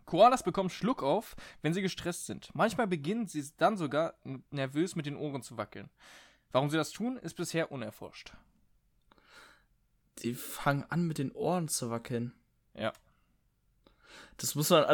Koalas bekommen Schluck auf, wenn sie gestresst sind. Manchmal beginnen sie dann sogar nervös mit den Ohren zu wackeln. Warum sie das tun, ist bisher unerforscht. Die fangen an, mit den Ohren zu wackeln. Ja. Das muss man,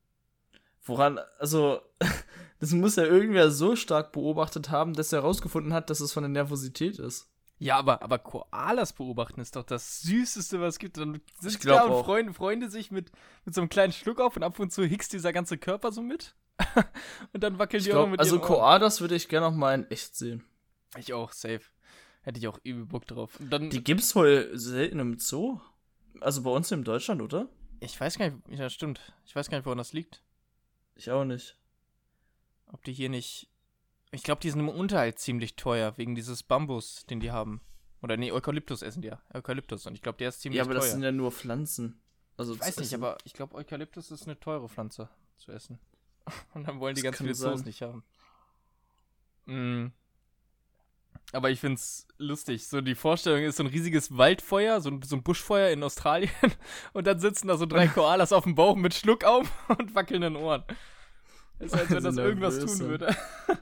das muss ja irgendwer so stark beobachtet haben, dass er herausgefunden hat, dass es von der Nervosität ist. Ja, aber Koalas beobachten ist doch das Süßeste, was es gibt. Dann sind Ich glaub da und auch. freunde sich mit so einem kleinen Schluck auf und ab und zu hickst dieser ganze Körper so mit. Und dann wackeln Ich die auch noch glaube, mit also ihren Ohren. Koalas würde ich gerne noch mal in echt sehen. Ich auch, safe. Hätte ich auch übel Bock drauf. Und dann, Die gibt's wohl selten im Zoo. Also bei uns in Deutschland, oder? ich weiß gar nicht, ja stimmt. Ich weiß gar nicht, woran das liegt. Ich auch nicht. Ob die hier nicht... Ich glaube, die sind im Unterhalt ziemlich teuer, wegen dieses Bambus, den die haben. Oder nee, Eukalyptus essen die ja. Eukalyptus. Und ich glaube, der ist ziemlich Ja, aber teuer. das sind ja nur Pflanzen. Also Ich weiß nicht, aber ich glaube, Eukalyptus ist eine teure Pflanze zu essen. Und dann wollen die Das ganz kann viele Zoos sein. nicht haben. Aber ich find's lustig. So die Vorstellung ist so ein riesiges Waldfeuer, so ein Buschfeuer in Australien. Und dann sitzen da so 3 Koalas auf dem Bauch mit Schluck auf und wackelnden Ohren. Das ist, als wenn das Also irgendwas nervös tun sind. würde.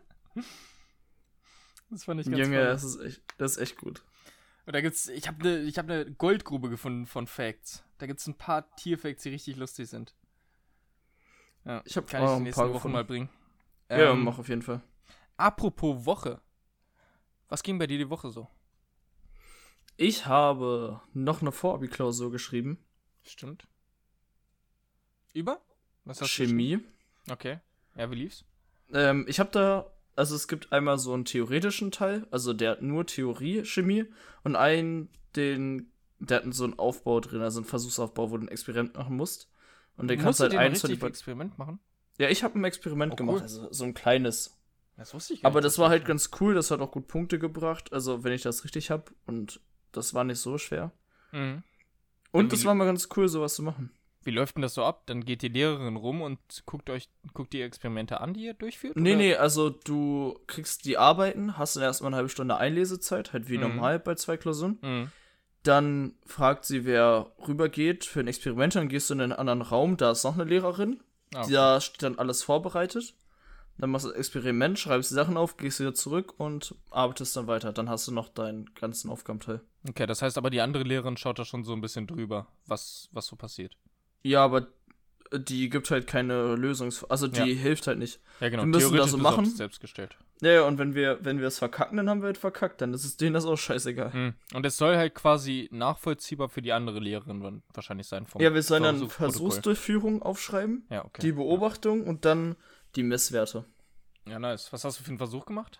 Das fand ich ganz Junge, funny. das ist echt gut. Und da gibt's, ich habe eine Goldgrube gefunden von Facts. Da gibt's ein paar Tierfacts, die richtig lustig sind. Ja, Ich habe kann ich auch die ein nächsten paar Wochen gefunden. mal bringen. Ja, mach auf jeden Fall. Apropos Woche. Was ging bei dir die Woche so? Ich habe noch eine Vorabi-Klausur geschrieben. Stimmt. Über? Was hast Chemie. du geschrieben? Okay. Ja, wie lief's? Ich habe da, also es gibt einmal so einen theoretischen Teil, also der hat nur Theorie, Chemie und der hat so einen Aufbau drin, also einen Versuchsaufbau, wo du ein Experiment machen musst. Und den kannst Musst du du halt ein eins richtig Experiment machen? Ja, ich habe ein Experiment Oh, gemacht, cool. also so ein kleines. Das wusste ich gar Aber nicht. das war halt ganz cool, das hat auch gut Punkte gebracht, also wenn ich das richtig habe und das war nicht so schwer. Mhm. Und wie- das war mal ganz cool, sowas zu machen. Wie läuft denn das so ab? Dann geht die Lehrerin rum und guckt die Experimente an, die ihr durchführt? Nee, oder? nee, also du kriegst die Arbeiten, hast dann erstmal eine halbe Stunde Einlesezeit, halt wie Mhm. normal bei 2 Klausuren. Mhm. Dann fragt sie, wer rübergeht für ein Experiment, dann gehst du in einen anderen Raum, da ist noch eine Lehrerin, Ah, okay. da steht dann alles vorbereitet. Dann machst du das Experiment, schreibst die Sachen auf, gehst wieder zurück und arbeitest dann weiter. Dann hast du noch deinen ganzen Aufgabenteil. Okay, das heißt aber, die andere Lehrerin schaut da schon so ein bisschen drüber, was so passiert. Ja, aber die gibt halt keine Also die hilft halt nicht. Ja, genau. Wir müssen das so ist auch machen. selbstgestellt. Ja, und wenn wir es verkacken, dann haben wir halt verkackt. Dann ist es denen das auch scheißegal. Mhm. Und es soll halt quasi nachvollziehbar für die andere Lehrerin dann wahrscheinlich sein. Ja, wir sollen dann Versuchsprotokoll. Versuchsdurchführung aufschreiben, Ja, okay. die Beobachtung und dann die Messwerte. Ja, nice. Was hast du für einen Versuch gemacht?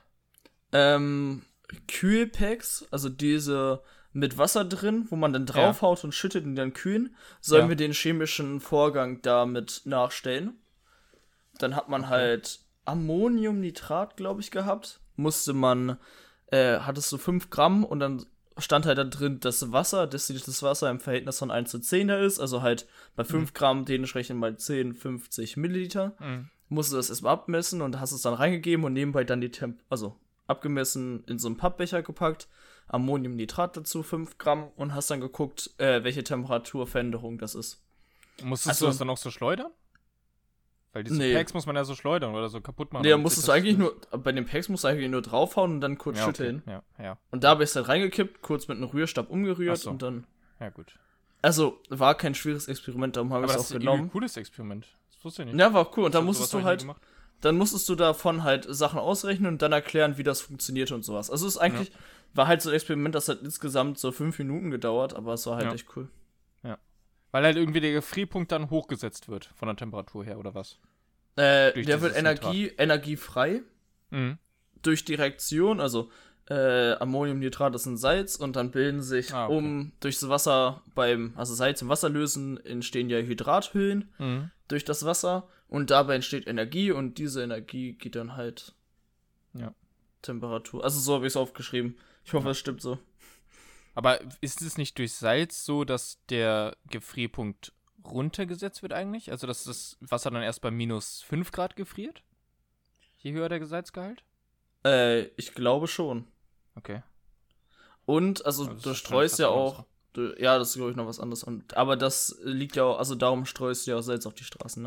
Kühlpacks, also diese mit Wasser drin, wo man dann draufhaut und schüttet und dann kühlen, sollen wir den chemischen Vorgang damit nachstellen. Dann hat man halt Ammoniumnitrat, glaube ich, gehabt. Hattest du 5 Gramm und dann stand halt da drin das Wasser, destilliertes Wasser im Verhältnis von 1 zu 10 da ist, also halt bei 5 Gramm dementsprechend mal 10, 50 Milliliter. Musst du das erstmal abmessen und hast es dann reingegeben und nebenbei dann abgemessen in so einen Pappbecher gepackt, Ammoniumnitrat dazu, 5 Gramm und hast dann geguckt, welche Temperaturveränderung das ist. Musstest du das dann auch so schleudern? Weil diese Nee. Packs muss man ja so schleudern oder so kaputt machen. Nee, damit musstest sich du das- eigentlich bei den Packs musst du eigentlich nur draufhauen und dann kurz ja, schütteln. okay. Ja. Und da habe ich es dann reingekippt, kurz mit einem Rührstab umgerührt Ach so. und dann. Ja, gut. Also, war kein schwieriges Experiment, darum habe Aber ich das es ist auch ein genommen. übel cooles Experiment. Das wusste ich nicht. Ja, war auch cool. Und dann Sowas musstest hab du ich halt, nie gemacht. dann musstest du davon halt Sachen ausrechnen und dann erklären, wie das funktionierte und sowas. Also es ist eigentlich, war halt so ein Experiment, das hat insgesamt so 5 Minuten gedauert, aber es war halt Ja. echt cool. Weil halt irgendwie der Gefrierpunkt dann hochgesetzt wird von der Temperatur her, oder was? Der Durch wird dieses energiefrei Mhm. durch die Reaktion, also Ammoniumnitrat ist ein Salz und dann bilden sich okay. durch das Wasser also Salz im Wasser lösen, entstehen ja Hydrathüllen Mhm. durch das Wasser und dabei entsteht Energie und diese Energie geht dann halt Temperatur. Also so habe ich es aufgeschrieben. Ich hoffe, es stimmt so. Aber ist es nicht durch Salz so, dass der Gefrierpunkt runtergesetzt wird eigentlich? Also, dass das Wasser dann erst bei minus 5 Grad gefriert? Je höher der Salzgehalt? Ich glaube schon. Okay. Und, also das du ist streust wahrscheinlich ja was auch, ja, das ist glaube ich noch was anderes. Aber das liegt ja auch, also darum streust du ja auch Salz auf die Straßen, ne?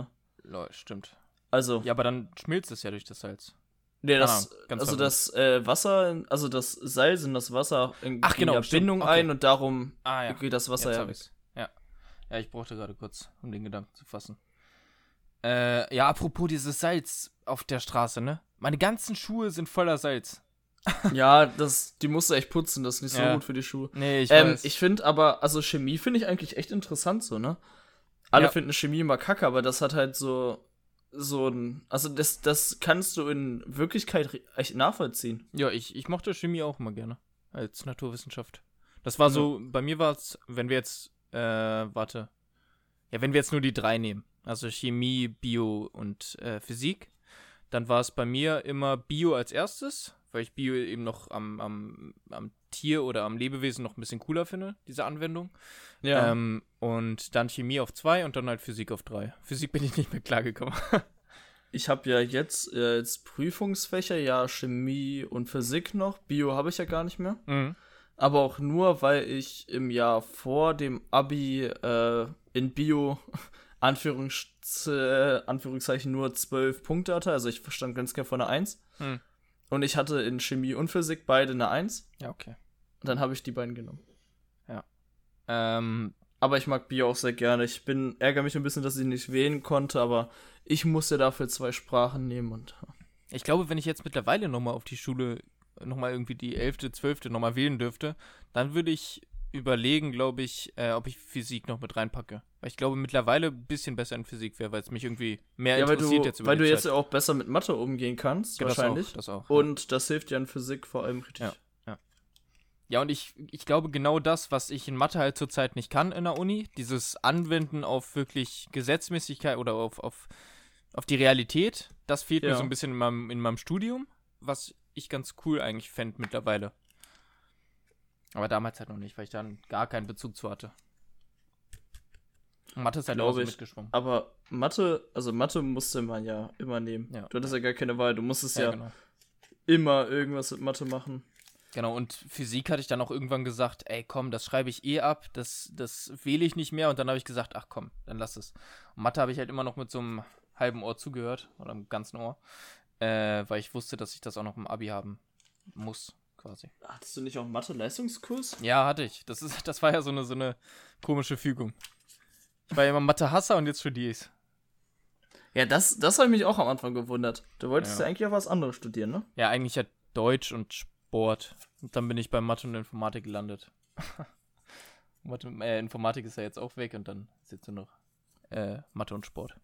Lol, stimmt. Also, Ja, aber dann schmilzt es ja durch das Salz. nee, Keine das, Ahnung, ganz also verrückt. das Wasser, also das Salz in das Wasser Ach, genau, ja stimmt, Bindung okay. ein und darum Ah, ja. geht das Wasser Jetzt ja hab weg. ich's. Ja. Ja, ich brauchte gerade kurz, um den Gedanken zu fassen. Ja, apropos dieses Salz auf der Straße, ne? Meine ganzen Schuhe sind voller Salz. Ja, die musst du echt putzen, das ist nicht so Ja. gut für die Schuhe. Nee, ich weiß. Ich finde aber, also Chemie finde ich eigentlich echt interessant so, ne? Alle Ja. finden Chemie immer kacke, aber das hat halt so ein, also das kannst du in Wirklichkeit echt nachvollziehen. Ja, ich mochte Chemie auch immer gerne. Als Naturwissenschaft. Das war so, bei mir war es, wenn wir jetzt, warte. Ja, wenn wir jetzt nur die 3 nehmen. Also Chemie, Bio und Physik. Dann war es bei mir immer Bio als erstes, weil ich Bio eben noch am Tier oder am Lebewesen noch ein bisschen cooler finde, diese Anwendung. Ja. Und dann Chemie auf 2 und dann halt Physik auf 3. Physik bin ich nicht mehr klargekommen. Ich habe ja jetzt als Prüfungsfächer ja Chemie und Physik noch. Bio habe ich ja gar nicht mehr. Mhm. Aber auch nur, weil ich im Jahr vor dem Abi in Bio Anführungszeichen nur 12 Punkte hatte. Also ich stand ganz knapp vor einer 1. Mhm. Und ich hatte in Chemie und Physik beide eine 1. Ja, okay. Und dann habe ich die beiden genommen. Ja. Aber ich mag Bio auch sehr gerne. Ärgere mich ein bisschen, dass ich nicht wählen konnte, aber ich musste dafür 2 Sprachen nehmen und. Ich glaube, wenn ich jetzt mittlerweile nochmal auf die Schule, nochmal irgendwie die 11., 12. nochmal wählen dürfte, dann würde ich überlegen, glaube ich, ob ich Physik noch mit reinpacke. Weil ich glaube, mittlerweile ein bisschen besser in Physik wäre, weil es mich irgendwie mehr Ja, interessiert jetzt über weil die du Zeit. jetzt ja auch besser mit Mathe umgehen kannst, Ja, wahrscheinlich. Das auch. Und das hilft ja in Physik vor allem richtig. Ja. Ja, und ich glaube, genau das, was ich in Mathe halt zurzeit nicht kann in der Uni, dieses Anwenden auf wirklich Gesetzmäßigkeit oder auf die Realität, das fehlt mir Ja. so ein bisschen in meinem Studium, was ich ganz cool eigentlich fände mittlerweile. Aber damals halt noch nicht, weil ich dann gar keinen Bezug zu hatte. Und Mathe ist halt immer so Glaube ich. mitgeschwommen. Aber Mathe musste man ja immer nehmen. Ja. Du hattest ja gar keine Wahl. Du musstest ja Genau. immer irgendwas mit Mathe machen. Genau, und Physik hatte ich dann auch irgendwann gesagt, ey komm, das schreibe ich eh ab, das wähle ich nicht mehr. Und dann habe ich gesagt, ach komm, dann lass es. Und Mathe habe ich halt immer noch mit so einem halben Ohr zugehört, oder einem ganzen Ohr, weil ich wusste, dass ich das auch noch im Abi haben muss, quasi. Hattest du nicht auch Mathe-Leistungskurs? Ja, hatte ich. Das war ja so eine komische Fügung. Ich war ja immer Mathe-Hasser und jetzt studiere ich's. Ja, das habe ich mich auch am Anfang gewundert. Du wolltest ja eigentlich auch was anderes studieren, ne? Ja, eigentlich ja Deutsch und Sport. Und dann bin ich bei Mathe und Informatik gelandet. Informatik ist ja jetzt auch weg und dann ist jetzt nur noch Mathe und Sport.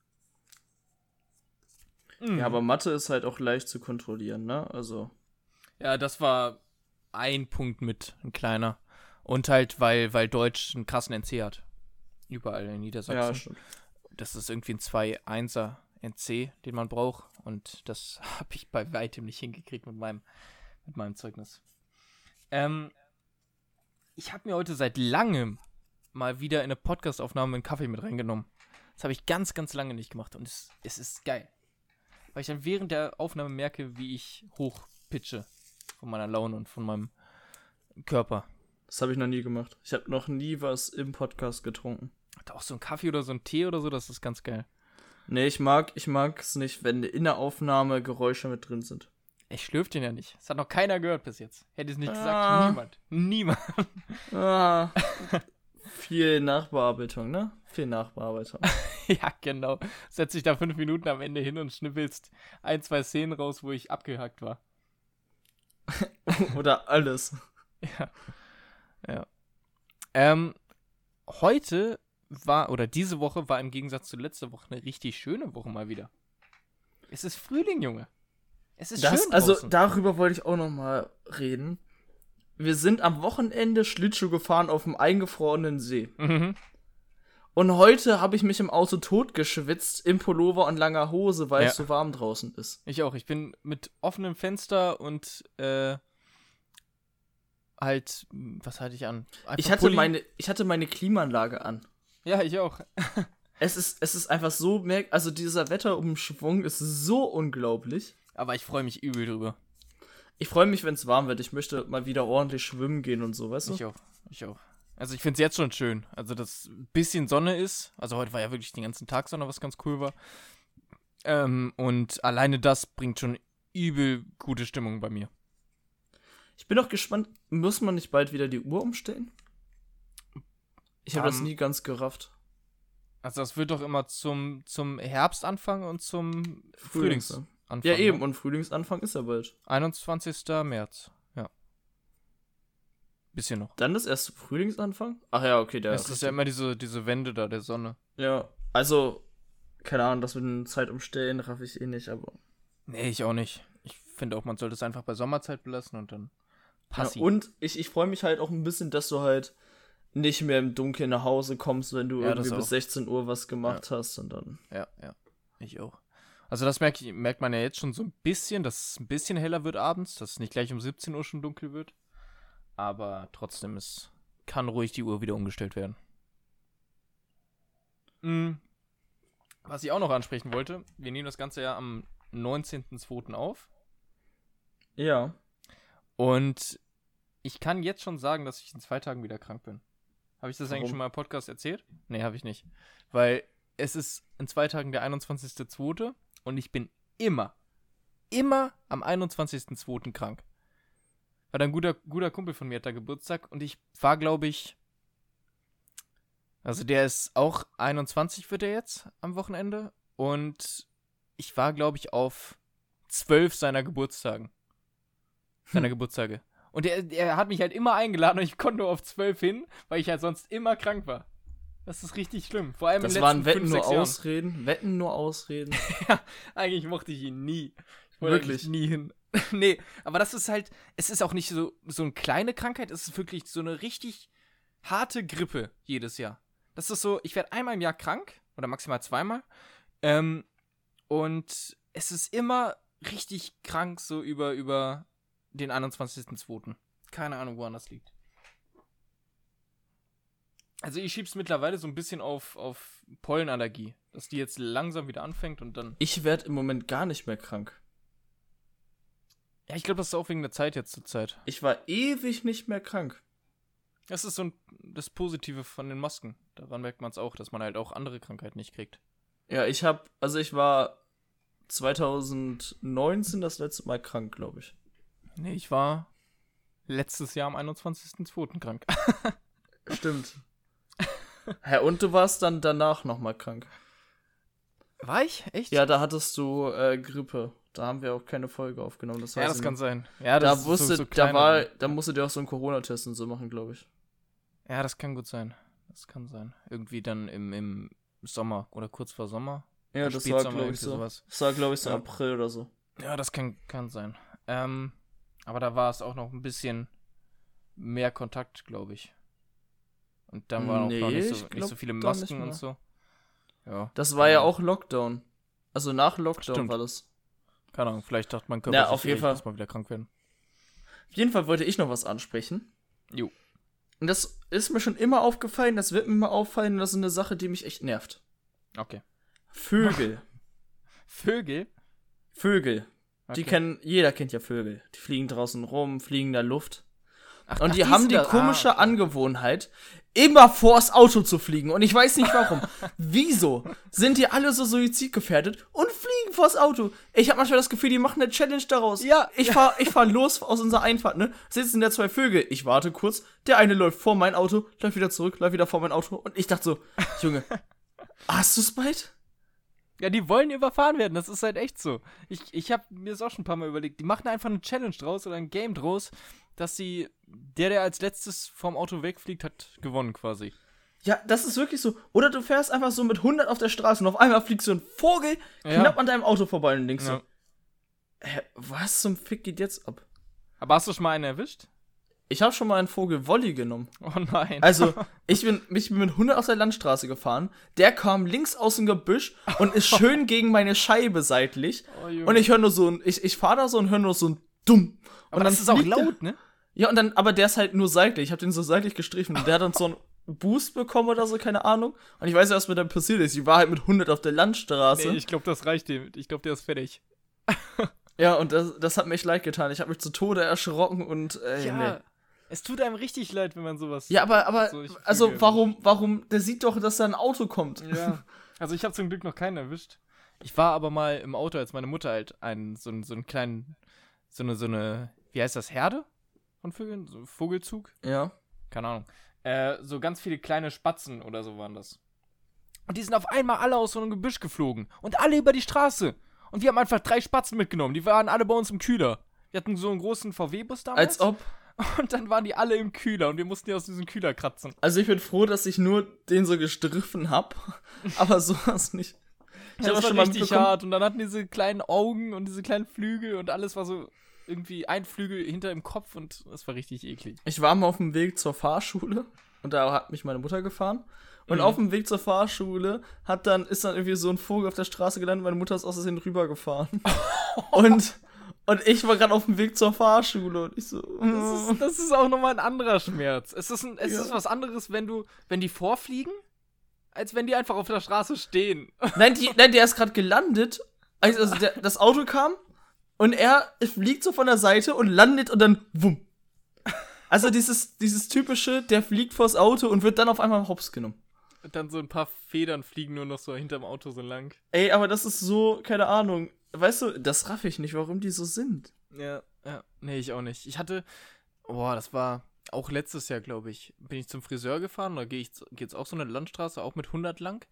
Ja, aber Mathe ist halt auch leicht zu kontrollieren, ne? Also. Ja, das war ein Punkt mit, ein kleiner. Und halt, weil Deutsch einen krassen NC hat. Überall in Niedersachsen. Ja, stimmt. Das ist irgendwie ein 2-1er NC, den man braucht. Und das habe ich bei weitem nicht hingekriegt mit meinem Zeugnis. Ich habe mir heute seit langem mal wieder in eine Podcast-Aufnahme einen Kaffee mit reingenommen. Das habe ich ganz, ganz lange nicht gemacht. Und es ist geil. Weil ich dann während der Aufnahme merke, wie ich hochpitche von meiner Laune und von meinem Körper. Das habe ich noch nie gemacht. Ich habe noch nie was im Podcast getrunken. Hat auch so ein Kaffee oder so ein Tee oder so, das ist ganz geil. Nee, ich mag es nicht, wenn in der Aufnahme Geräusche mit drin sind. Ich schlürf den ja nicht. Das hat noch keiner gehört bis jetzt. Hätte es nicht Ah. gesagt. Niemand. Ah, viel Nachbearbeitung, ne? Viel Nachbearbeitung. Ja, genau. Setz dich da 5 Minuten am Ende hin und schnippelst 1, 2 Szenen raus, wo ich abgehackt war. Oder alles. Ja. Heute diese Woche war im Gegensatz zu letzter Woche eine richtig schöne Woche mal wieder. Es ist Frühling, Junge. Es ist schön draußen. Darüber wollte ich auch noch mal reden. Wir sind am Wochenende Schlittschuh gefahren auf dem eingefrorenen See. Mhm. Und heute habe ich mich im Auto totgeschwitzt, im Pullover und langer Hose, weil es so warm draußen ist. Ich auch. Ich bin mit offenem Fenster und halt, was hatte ich an? Ich Einfach hatte meine Klimaanlage an. Ja, ich auch. Es ist einfach so, also dieser Wetterumschwung ist so unglaublich. Aber ich freue mich übel drüber. Ich freue mich, wenn es warm wird. Ich möchte mal wieder ordentlich schwimmen gehen und so, weißt du? Ich auch. Also ich finde es jetzt schon schön. Also, dass ein bisschen Sonne ist. Also heute war ja wirklich den ganzen Tag Sonne, was ganz cool war. Und alleine das bringt schon übel gute Stimmung bei mir. Ich bin auch gespannt, muss man nicht bald wieder die Uhr umstellen? Ich habe das nie ganz gerafft. Also das wird doch immer zum Herbst anfangen und zum Frühlingsanfang. Ja, eben, und Frühlingsanfang ist ja bald. 21. März, ja. Bisschen noch. Dann ist erst Frühlingsanfang? Ach ja, okay, Es ist ja immer diese Wende da der Sonne. Ja, also, keine Ahnung, das mit den Zeitumstellen raff ich eh nicht, aber... Nee, ich auch nicht. Ich finde auch, man sollte es einfach bei Sommerzeit belassen und dann passiv. Ja, und ich freue mich halt auch ein bisschen, dass du halt nicht mehr im Dunkeln nach Hause kommst, wenn du irgendwie bis 16 Uhr was gemacht hast und dann... Ja, ich auch. Also das merkt man ja jetzt schon so ein bisschen, dass es ein bisschen heller wird abends, dass es nicht gleich um 17 Uhr schon dunkel wird. Aber trotzdem, kann ruhig die Uhr wieder umgestellt werden. Was ich auch noch ansprechen wollte, wir nehmen das Ganze ja am 19.02. auf. Ja. Und ich kann jetzt schon sagen, dass ich in 2 Tagen wieder krank bin. Habe ich das eigentlich schon mal im Podcast erzählt? Nee, habe ich nicht. Weil es ist in 2 Tagen der 21.02. und ich bin immer am 21.02. krank. Weil ein guter Kumpel von mir hat da Geburtstag und ich war, glaube ich, also der ist auch 21 wird er jetzt am Wochenende und ich war, glaube ich, auf 12 seiner Geburtstage. Und er hat mich halt immer eingeladen und ich konnte nur auf 12 hin, weil ich halt sonst immer krank war. Das ist richtig schlimm. Vor allem das in den waren letzten Wetten 5, 6 nur Jahren. Ausreden. Wetten nur Ausreden. Ja, eigentlich mochte ich ihn nie. Ich wollte Wirklich nie hin. Nee, aber das ist halt, es ist auch nicht so eine kleine Krankheit, es ist wirklich so eine richtig harte Grippe jedes Jahr. Das ist so, ich werde einmal im Jahr krank oder maximal 2-mal und es ist immer richtig krank so über den 21.02. Keine Ahnung, woran das liegt. Also ich schieb's mittlerweile so ein bisschen auf Pollenallergie, dass die jetzt langsam wieder anfängt und dann... Ich werde im Moment gar nicht mehr krank. Ja, ich glaube, das ist auch wegen der Zeit jetzt zur Zeit. Ich war ewig nicht mehr krank. Das ist so das Positive von den Masken. Daran merkt man es auch, dass man halt auch andere Krankheiten nicht kriegt. Ja, ich war 2019 das letzte Mal krank, glaube ich. Nee, ich war letztes Jahr am 21.02. krank. Stimmt. Hä, und du warst dann danach nochmal krank. War ich? Echt? Ja, da hattest du Grippe. Da haben wir auch keine Folge aufgenommen. Das ja, das kann sein. Ja, da das ist so da musstet ihr auch so einen Corona-Test und so machen, glaube ich. Ja, das kann gut sein. Das kann sein. Irgendwie dann im Sommer oder kurz vor Sommer. Ja, das war, glaube ich, so. Sowas. Das war, glaube ich, so April oder so. Ja, das kann sein. Aber da war es auch noch ein bisschen mehr Kontakt, glaube ich. Und dann waren auch noch nicht so viele Masken und so. Ja. Das war ja auch Lockdown. Also nach Lockdown Stimmt. war das. Keine Ahnung, vielleicht dachte man, Körper auf jeden Fall. Muss mal wieder krank werden. Auf jeden Fall wollte ich noch was ansprechen. Jo. Und das ist mir schon immer aufgefallen, das wird mir immer auffallen und das ist eine Sache, die mich echt nervt. Okay. Vögel. Vögel? Vögel. Okay. Jeder kennt ja Vögel. Die fliegen draußen rum, fliegen in der Luft. Und die haben die komische Angewohnheit, immer vors Auto zu fliegen. Und ich weiß nicht warum. Wieso sind die alle so suizidgefährdet und fliegen vors Auto? Ich habe manchmal das Gefühl, die machen eine Challenge daraus. Ja. Ich fahr los aus unserer Einfahrt, ne? Sitzen da 2 Vögel. Ich warte kurz. Der eine läuft vor mein Auto, läuft wieder zurück, läuft wieder vor mein Auto. Und ich dachte so, Junge, hast du's bald? Ja, die wollen überfahren werden, das ist halt echt so. Ich habe mir das auch schon ein paar Mal überlegt. Die machen einfach eine Challenge draus oder ein Game draus, dass der als letztes vom Auto wegfliegt, hat gewonnen quasi. Ja, das ist wirklich so. Oder du fährst einfach so mit 100 auf der Straße und auf einmal fliegst so ein Vogel knapp an deinem Auto vorbei und denkst so, was zum Fick geht jetzt ab? Aber hast du schon mal einen erwischt? Ich habe schon mal einen Vogel Volley genommen. Oh nein. Also, ich bin mit 100 auf der Landstraße gefahren. Der kam links aus dem Gebüsch und ist schön gegen meine Scheibe seitlich. Oh, und ich höre nur so ich fahre da so und höre nur so ein Dumm. Aber und das ist auch laut, ne? Ja, und dann, aber der ist halt nur seitlich. Ich habe den so seitlich gestrichen. Und der hat dann so einen Boost bekommen oder so, keine Ahnung. Und ich weiß ja, was mir dann passiert ist. Ich war halt mit 100 auf der Landstraße. Nee, ich glaube, das reicht dem. Ich glaube, der ist fertig. Ja, und das hat mir echt leid getan. Ich habe mich zu Tode erschrocken und, ja. nee. Es tut einem richtig leid, wenn man sowas... Ja, aber so, also warum, der sieht doch, dass da ein Auto kommt. Ja, also ich habe zum Glück noch keinen erwischt. Ich war aber mal im Auto, als meine Mutter halt so einen kleinen, so eine, wie heißt das, Herde von Vögeln? So Vogelzug? Ja. Keine Ahnung. So ganz viele kleine Spatzen oder so waren das. Und die sind auf einmal alle aus so einem Gebüsch geflogen. Und alle über die Straße. Und wir haben einfach 3 Spatzen mitgenommen. Die waren alle bei uns im Kühler. Wir hatten so einen großen VW-Bus damals. Als ob. Und dann waren die alle im Kühler. Und wir mussten die aus diesem Kühler kratzen. Also ich bin froh, dass ich nur den so gestriffen hab. Aber sowas nicht. Ich habe schon mal richtig hart. Und dann hatten diese kleinen Augen und diese kleinen Flügel. Und alles war so irgendwie ein Flügel hinter im Kopf. Und das war richtig eklig. Ich war mal auf dem Weg zur Fahrschule. Und da hat mich meine Mutter gefahren. Und auf dem Weg zur Fahrschule ist dann irgendwie so ein Vogel auf der Straße gelandet. Meine Mutter ist aus Versehen rübergefahren. und ich war gerade auf dem Weg zur Fahrschule. Und ich so... Das ist auch nochmal ein anderer Schmerz. Es ist was anderes, wenn die vorfliegen, als wenn die einfach auf der Straße stehen. Nein, der ist gerade gelandet. Also das Auto kam und er fliegt so von der Seite und landet und dann wumm. Also dieses typische, der fliegt vors Auto und wird dann auf einmal hops genommen. Und dann so ein paar Federn fliegen nur noch so hinterm Auto so lang. Ey, aber das ist so, keine Ahnung. Weißt du, das raff ich nicht, warum die so sind. Ja. Nee, ich auch nicht. Das war auch letztes Jahr, glaube ich, bin ich zum Friseur gefahren. Da geht's auch so eine Landstraße, auch mit 100 lang.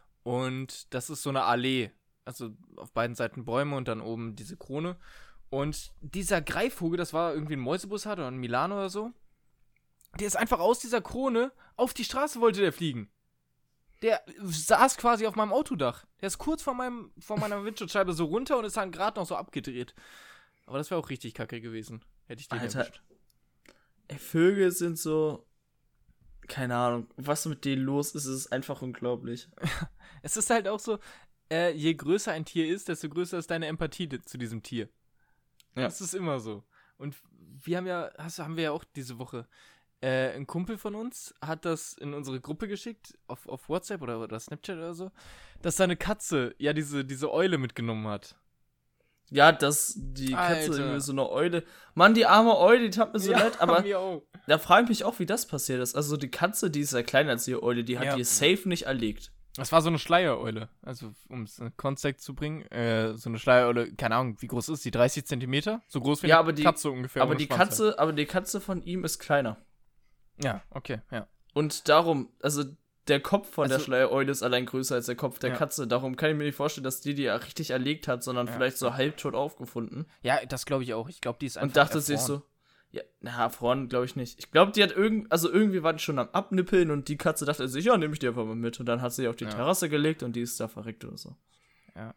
Und das ist so eine Allee. Also auf beiden Seiten Bäume und dann oben diese Krone. Und dieser Greifvogel, das war irgendwie ein Mäusebus oder ein Milano oder so. Der ist einfach aus dieser Krone auf die Straße wollte der fliegen. Der saß quasi auf meinem Autodach. Der ist kurz vor meiner Windschutzscheibe so runter und ist dann gerade noch so abgedreht. Aber das wäre auch richtig kacke gewesen. Hätte ich den erwischt. Ey, Vögel sind so... Keine Ahnung. Was mit denen los ist, ist einfach unglaublich. Es ist halt auch so, je größer ein Tier ist, desto größer ist deine Empathie zu diesem Tier. Ja. Das ist immer so. Und wir haben wir ja auch diese Woche... ein Kumpel von uns hat das in unsere Gruppe geschickt, auf WhatsApp oder Snapchat oder so, dass seine Katze ja diese Eule mitgenommen hat. Ja, dass die Katze irgendwie so eine Eule... Mann, die arme Eule, die tat mir so leid, aber da frage ich mich auch, wie das passiert ist. Also die Katze, die ist ja kleiner als die Eule, die hat die safe nicht erlegt. Das war so eine Schleiereule, also um es in Kontext zu bringen, so eine Schleiereule, keine Ahnung, wie groß ist die, 30 Zentimeter? So groß wie eine Katze ungefähr. Aber die Katze von ihm ist kleiner. Ja, okay, ja. Und darum, also der Kopf von der Schleiereule ist allein größer als der Kopf der Katze. Darum kann ich mir nicht vorstellen, dass die ja richtig erlegt hat, sondern vielleicht so halbtot aufgefunden. Ja, das glaube ich auch. Ich glaube, die ist einfach und dachte sich so, ja, erfroren glaube ich nicht. Ich glaube, die hat irgendwie war die schon am Abnippeln und die Katze dachte sich, ja, nehme ich die einfach mal mit. Und dann hat sie auf die Terrasse gelegt und die ist da verreckt oder so. Ja.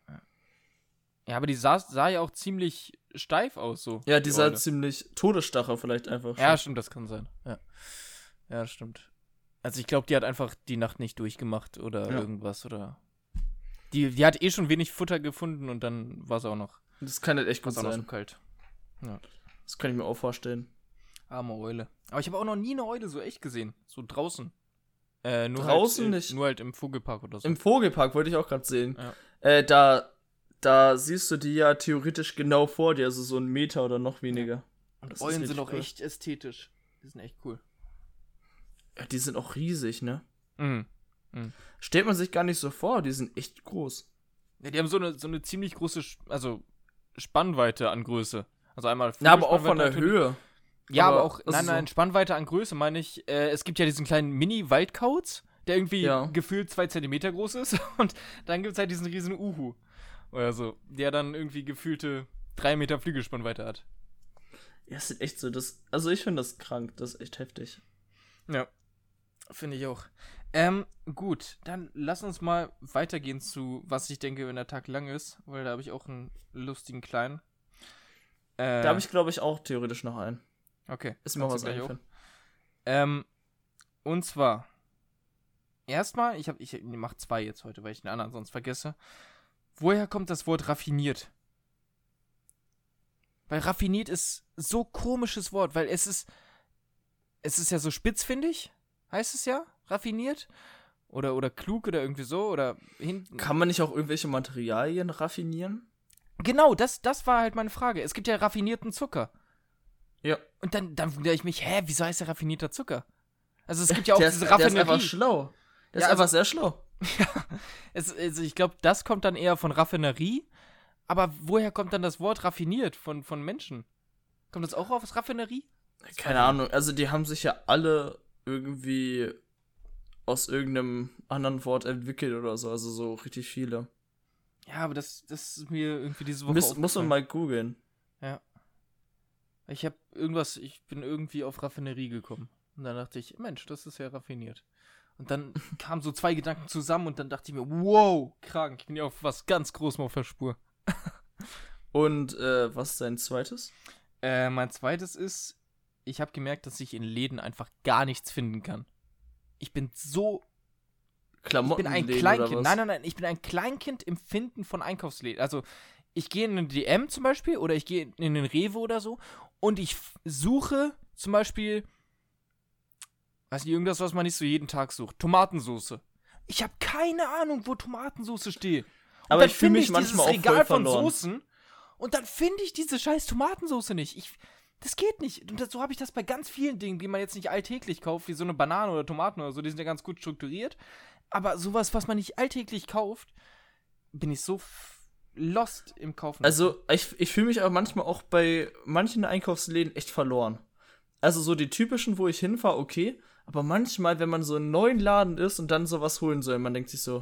Ja, aber die sah ja auch ziemlich steif aus, so. Ja, die sah ziemlich Todesstacher vielleicht einfach. Ja, stimmt, das kann sein. Ja, das stimmt. Also ich glaube, die hat einfach die Nacht nicht durchgemacht oder irgendwas oder... Die hat schon wenig Futter gefunden und dann war es auch noch... Das kann halt echt gut sein. Auch noch so kalt. Ja. Das kann ich mir auch vorstellen. Arme Eule. Aber ich habe auch noch nie eine Eule so echt gesehen. So draußen. Nur draußen halt, nicht? Nur halt im Vogelpark oder so. Im Vogelpark wollte ich auch gerade sehen. Ja. Da siehst du die ja theoretisch genau vor dir, also so 1 Meter oder noch weniger. Und Eulen sind auch echt ästhetisch. Die sind echt cool. Ja, die sind auch riesig, ne? Mhm. Stellt man sich gar nicht so vor, die sind echt groß. Ja, die haben so eine ziemlich große, Spannweite an Größe. Also einmal... Ja, aber auch von der Höhe. Ja, aber auch, nein, Spannweite an Größe meine ich, es gibt ja diesen kleinen Mini-Waldkauz, der irgendwie gefühlt 2 Zentimeter groß ist und dann gibt es halt diesen riesen Uhu oder so, der dann irgendwie gefühlte 3 Meter Flügelspannweite hat. Ja, das ist echt so, also ich finde das krank, das ist echt heftig. Ja, finde ich auch. Gut, dann lass uns mal weitergehen zu, was ich denke, wenn der Tag lang ist, weil da habe ich auch einen lustigen kleinen. Da habe ich, glaube ich, auch theoretisch noch einen. Okay. Ist mir was eingefallen. Und zwar, erstmal, ich mache 2 jetzt heute, weil ich den anderen sonst vergesse. Woher kommt das Wort raffiniert? Weil raffiniert ist so komisches Wort, weil es ist ja so spitzfindig, heißt es ja, raffiniert. Oder klug oder irgendwie so, oder hinten. Kann man nicht auch irgendwelche Materialien raffinieren? Genau, das war halt meine Frage. Es gibt ja raffinierten Zucker. Ja. Und dann wundere ich mich, wieso heißt der raffinierter Zucker? Also es gibt ja auch diese Der Raffinerie. ist einfach schlau. Der ist einfach sehr schlau. Also ich glaube, das kommt dann eher von Raffinerie. Aber woher kommt dann das Wort raffiniert von Menschen? Kommt das auch aus Raffinerie? Keine Ahnung. Also die haben sich ja alle irgendwie aus irgendeinem anderen Wort entwickelt oder so. Also so richtig viele. Ja, aber das ist mir irgendwie diese Woche Muss man mal googeln. Ja. Ich bin irgendwie auf Raffinerie gekommen. Und dann dachte ich, Mensch, das ist ja raffiniert. Und dann kamen so 2 Gedanken zusammen und dann dachte ich mir, wow, krank, ich bin ja auf was ganz Großem auf der Spur. Und was ist dein zweites? Mein zweites ist, ich habe gemerkt, dass ich in Läden einfach gar nichts finden kann. Ich bin ein Kleinkind. Nein, ich bin ein Kleinkind im Finden von Einkaufsläden. Also, ich gehe in eine DM zum Beispiel oder ich gehe in den Rewe oder so und ich suche zum Beispiel, weiß nicht, irgendwas, was man nicht so jeden Tag sucht. Tomatensoße. Ich habe keine Ahnung, wo Tomatensoße steht. Und aber dann ich fühle mich manchmal auch Regal voll verloren. von Soßen und dann finde ich diese scheiß Tomatensoße nicht. Das geht nicht. Und so habe ich das bei ganz vielen Dingen, die man jetzt nicht alltäglich kauft, wie so eine Banane oder Tomaten oder so, die sind ja ganz gut strukturiert. Aber sowas, was man nicht alltäglich kauft, bin ich so lost im Kaufen. Also, ich fühle mich aber manchmal auch bei manchen Einkaufsläden echt verloren. Also so die typischen, wo ich hinfahre, okay. Aber manchmal, wenn man so in einem neuen Laden ist und dann sowas holen soll, man denkt sich so,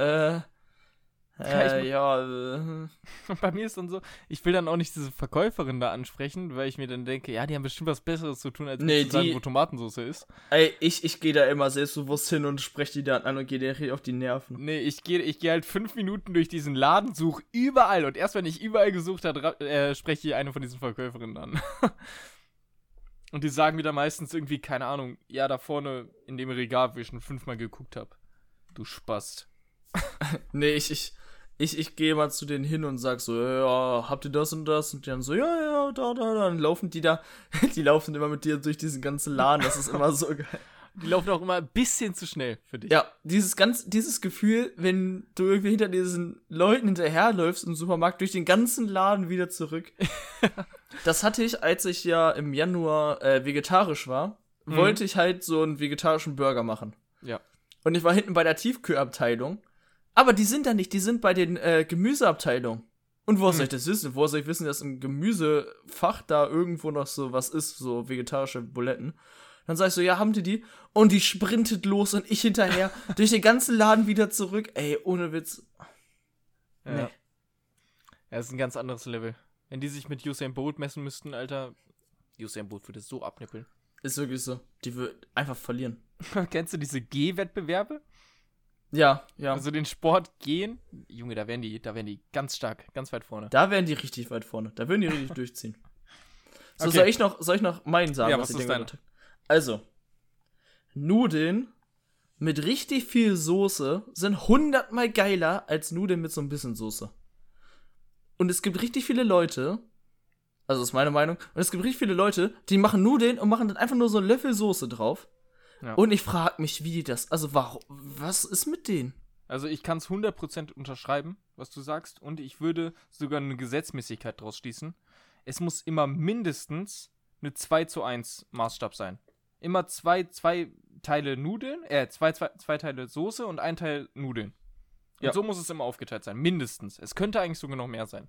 Bei mir ist dann so, ich will dann auch nicht diese Verkäuferin da ansprechen, weil ich mir dann denke, ja, die haben bestimmt was Besseres zu tun, als zu sagen, wo Tomatensauce ist. Ey, ich gehe da immer selbstbewusst hin und spreche die dann an und gehe dir richtig auf die Nerven. Nee, ich geh halt 5 Minuten durch diesen Laden, suche überall und erst wenn ich überall gesucht habe, spreche ich eine von diesen Verkäuferinnen an. Und die sagen mir dann meistens irgendwie, keine Ahnung, ja, da vorne in dem Regal, wo ich schon 5-mal geguckt habe. Du Spast. Nee, ich gehe mal zu denen hin und sag so, ja, habt ihr das und das? Und die dann so, ja, da. Dann laufen die da, die laufen immer mit dir durch diesen ganzen Laden, das ist immer so geil. Die laufen auch immer ein bisschen zu schnell für dich. Ja, dieses Gefühl, wenn du irgendwie hinter diesen Leuten hinterherläufst im Supermarkt, durch den ganzen Laden wieder zurück. Das hatte ich, als ich ja im Januar vegetarisch war, wollte ich halt so einen vegetarischen Burger machen. Ja. Und ich war hinten bei der Tiefkühlabteilung. Aber die sind da nicht, die sind bei den Gemüseabteilungen. Und woher soll ich das wissen? Woher soll ich wissen, dass im Gemüsefach da irgendwo noch so was ist, so vegetarische Buletten? Dann sag ich so, ja, haben die? Und die sprintet los und ich hinterher, durch den ganzen Laden wieder zurück. Ey, ohne Witz. Ja. Nee. Ja, das ist ein ganz anderes Level. Wenn die sich mit Usain Bolt messen müssten, Alter, Usain Bolt würde so abnippeln. Ist wirklich so. Die wird einfach verlieren. Kennst du diese Gehwettbewerbe? Ja. Also den Sport gehen, Junge, da wären die ganz stark, ganz weit vorne. Da wären die richtig weit vorne. Da würden die richtig durchziehen. So, okay. soll ich noch meinen sagen? Ja, was ist deine? Also, Nudeln mit richtig viel Soße sind 100-mal geiler als Nudeln mit so ein bisschen Soße. Und es gibt richtig viele Leute, also das ist meine Meinung, und es gibt richtig viele Leute, die machen Nudeln und machen dann einfach nur so einen Löffel Soße drauf. Ja. Und ich frage mich, wie die das, also warum, was ist mit denen? Also ich kann es 100% unterschreiben, was du sagst, und ich würde sogar eine Gesetzmäßigkeit draus schließen. Es muss immer mindestens eine 2:1 Maßstab sein. Immer zwei Teile Nudeln, zwei Teile Soße und 1 Teil Nudeln. Und so muss es immer aufgeteilt sein, mindestens. Es könnte eigentlich sogar noch mehr sein.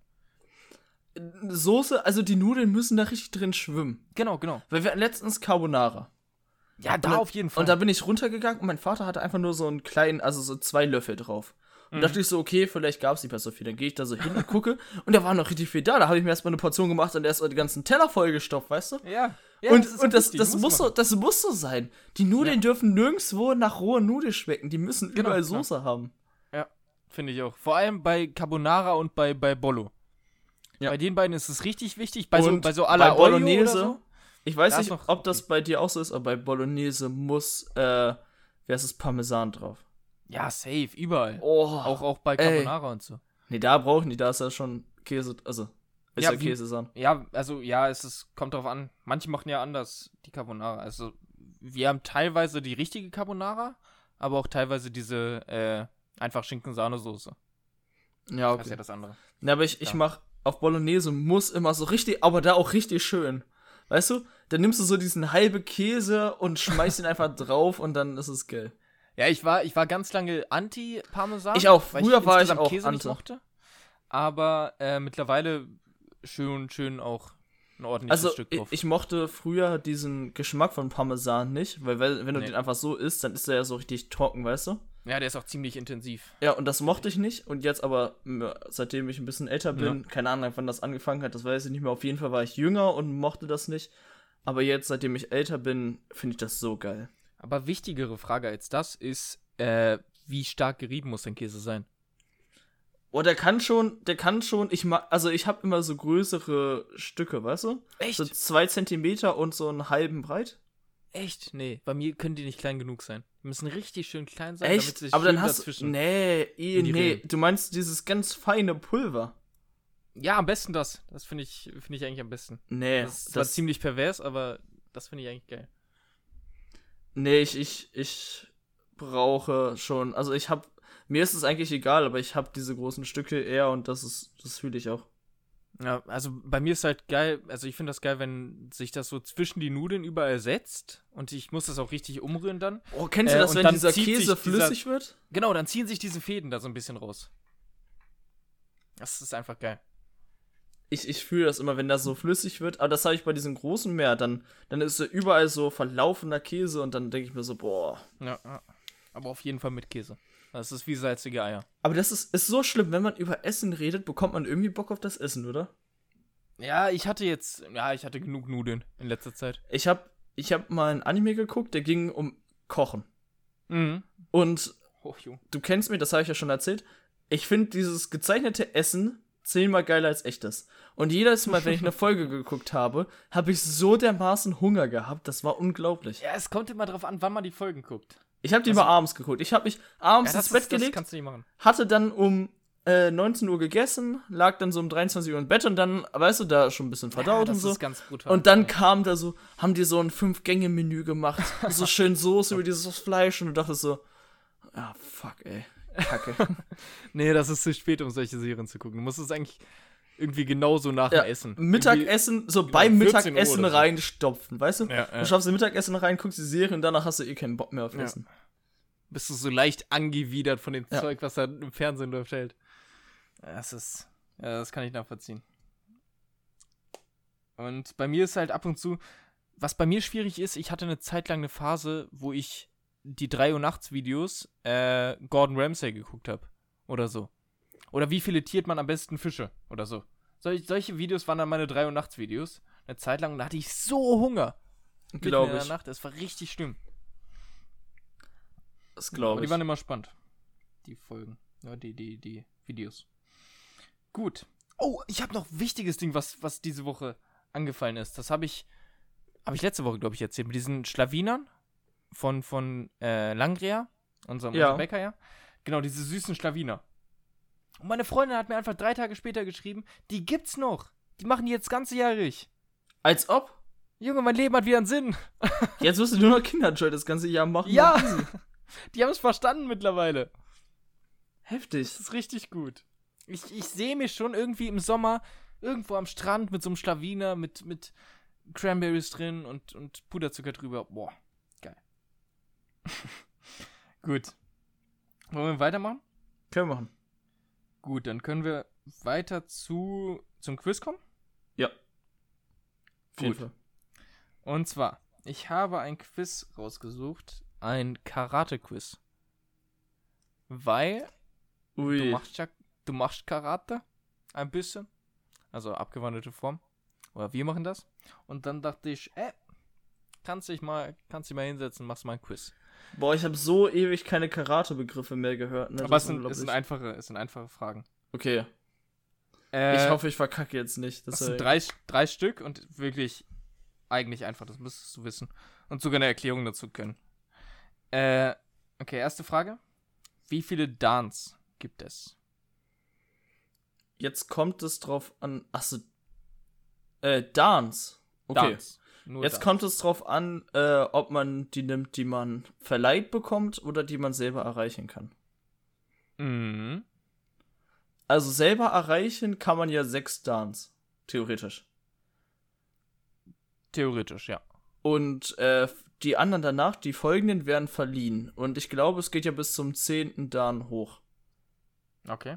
Soße, also die Nudeln müssen da richtig drin schwimmen. Genau. Weil wir hatten letztens Carbonara. Ja, da auf jeden Fall. Und da bin ich runtergegangen und mein Vater hatte einfach nur so einen kleinen, also so 2 Löffel drauf. Und dachte ich so, okay, vielleicht gab es nicht mehr so viel. Dann gehe ich da so hin und gucke und da war noch richtig viel da. Da habe ich mir erstmal eine Portion gemacht und erst mal den ganzen Teller vollgestopft, weißt du? Ja. Und das muss so sein. Die Nudeln dürfen nirgendwo nach roher Nudel schmecken. Die müssen überall Soße haben. Ja, finde ich auch. Vor allem bei Carbonara und bei Bollo. Ja. Bei den beiden ist es richtig wichtig. Bei so alla Bolognese. Oder so. Ich weiß nicht, ob das bei dir auch so ist, aber bei Bolognese muss, Parmesan drauf. Ja, safe, überall. Oh, auch bei Carbonara und so. Nee, da brauchen die, da ist ja schon Käse, also ist ja Käse. Ja, also kommt drauf an. Manche machen ja anders die Carbonara. Also wir haben teilweise die richtige Carbonara, aber auch teilweise diese einfach Schinken-Sahnesoße. Ja, okay. Das ist ja das andere. Ja, aber ich mach auf Bolognese muss immer so richtig, aber da auch richtig schön. Weißt du? Dann nimmst du so diesen halbe Käse und schmeißt ihn einfach drauf und dann ist es geil. Ja, ich war ganz lange anti-Parmesan. Ich auch. weil Früher war ich insgesamt auch Käse nicht anti. mochte. Aber mittlerweile schön auch ein ordentliches Also, Stück drauf. ich mochte früher diesen Geschmack von Parmesan nicht, weil wenn du Nee. den einfach so isst, dann ist der ja so richtig trocken, weißt du? Ja, der ist auch ziemlich intensiv. Ja, und das mochte ich nicht. Und jetzt aber, seitdem ich ein bisschen älter bin, keine Ahnung, wann das angefangen hat, das weiß ich nicht mehr. Auf jeden Fall war ich jünger und mochte das nicht. Aber jetzt, seitdem ich älter bin, finde ich das so geil. Aber wichtigere Frage als das ist, wie stark gerieben muss dein Käse sein? Oh, der kann schon, ich habe immer so größere Stücke, weißt du? Echt? So 2 Zentimeter und so einen halben breit. Echt? Nee, bei mir können die nicht klein genug sein. Die müssen richtig schön klein sein, Echt? damit sich Aber schön dann hast dazwischen... nee, in die Rillen. du meinst dieses ganz feine Pulver. Ja, am besten das. Das finde ich eigentlich am besten. Nee, Das ist zwar ziemlich pervers, aber das finde ich eigentlich geil. nee, ich brauche schon, also mir ist es eigentlich egal, aber ich habe diese großen Stücke eher und das fühle ich auch. Ja, also bei mir ist halt geil, also ich finde das geil, wenn sich das so zwischen die Nudeln überall setzt und ich muss das auch richtig umrühren dann. Oh, kennst du das, und wenn dann dieser zieht Käse sich flüssig wird? Genau, dann ziehen sich diese Fäden da so ein bisschen raus. Das ist einfach geil. Ich fühle das immer, wenn das so flüssig wird, aber das habe ich bei diesem großen Meer, dann ist so überall so verlaufener Käse und dann denke ich mir so, boah. Ja, aber auf jeden Fall mit Käse. Das ist wie salzige Eier. Aber das ist so schlimm, wenn man über Essen redet, bekommt man irgendwie Bock auf das Essen, oder? Ja, ich hatte genug Nudeln in letzter Zeit. Ich hab mal ein Anime geguckt, der ging um Kochen. Mhm. Und Hochjung. du kennst mich, das habe ich ja schon erzählt. Ich finde dieses gezeichnete Essen 10-mal geiler als echtes. Und jedes Mal, wenn ich eine Folge geguckt habe, habe ich so dermaßen Hunger gehabt, das war unglaublich. Ja, es kommt immer drauf an, wann man die Folgen guckt. Ich habe die immer abends geguckt. Ich habe mich abends ins Bett Das gelegt, kannst du nicht machen. hatte dann um 19 Uhr gegessen, lag dann so um 23 Uhr im Bett und dann, weißt du, da schon ein bisschen verdaut das und so. ist ganz brutal. Und dann kam da so, haben die so ein 5-Gänge-Menü gemacht, so schön Soße über dieses Fleisch und du dachtest so, ah, fuck, ey, Kacke. Nee, das ist zu spät, um solche Serien zu gucken. Du musst es eigentlich irgendwie genauso nach dem Essen. Mittagessen, so genau, beim 14 Uhr Mittagessen oder so. reinstopfen, weißt du? Ja. Du schaffst das Mittagessen rein, guckst die Serie und danach hast du eh keinen Bock mehr auf Ja. Essen. Bist du so leicht angewidert von dem Ja. Zeug, was da im Fernsehen läuft, halt. Das kann ich nachvollziehen. Und bei mir ist halt ab und zu, was bei mir schwierig ist, ich hatte eine Zeit lang eine Phase, wo ich die 3 Uhr nachts Videos Gordon Ramsay geguckt habe. Oder so. Oder wie filetiert man am besten Fische? Oder so. Solche Videos waren dann meine 3 Uhr nachts Videos. Eine Zeit lang, und da hatte ich so Hunger. Mitten in Glaube der ich. Nacht, es war richtig schlimm. Das Aber glaube die ich. waren immer spannend. Die Folgen. Ja, die Videos. Gut. Oh, ich habe noch ein wichtiges Ding, was diese Woche angefallen ist. Das habe ich letzte Woche, glaube ich, erzählt. Mit diesen Schlawinern von Langrea, unserem Bäcker, ja. Genau, diese süßen Schlawiner. Und meine Freundin hat mir einfach 3 Tage später geschrieben, die gibt's noch. Die machen die jetzt ganzjährig. Als ob? Junge, mein Leben hat wieder einen Sinn. Jetzt wirst du nur noch Kinderjoy das ganze Jahr machen. Ja, die haben es verstanden mittlerweile. Heftig. Das ist richtig gut. Ich sehe mich schon irgendwie im Sommer irgendwo am Strand mit so einem Schlawiner, mit Cranberries drin und Puderzucker drüber. Boah, geil. Gut. Wollen wir weitermachen? Können wir machen. Gut, dann können wir weiter zum Quiz kommen. Ja. Auf jeden Gut. Fall. Und zwar, ich habe ein Quiz rausgesucht, ein Karate-Quiz. Weil Ui. du machst Karate ein bisschen, also abgewandelte Form. Oder wir machen das. Und dann dachte ich, kannst dich mal hinsetzen, machst mal ein Quiz. Boah, ich habe so ewig keine Karate-Begriffe mehr gehört. Ne? Aber Das es ist sind einfache Fragen. Okay. Ich hoffe, ich verkacke jetzt nicht. Das sind drei Stück und wirklich eigentlich einfach, das müsstest du wissen. Und sogar eine Erklärung dazu können. Okay, erste Frage. Wie viele Dans gibt es? Jetzt kommt es drauf an. Achso. Dance. Okay. Dans. Nur Jetzt Dans. kommt es drauf an, ob man die nimmt, die man verleiht bekommt oder die man selber erreichen kann. Mhm. Also selber erreichen kann man ja 6 Dance. Theoretisch. Theoretisch, ja. Und die anderen danach, die folgenden, werden verliehen. Und ich glaube, es geht ja bis zum 10. Dan hoch. Okay.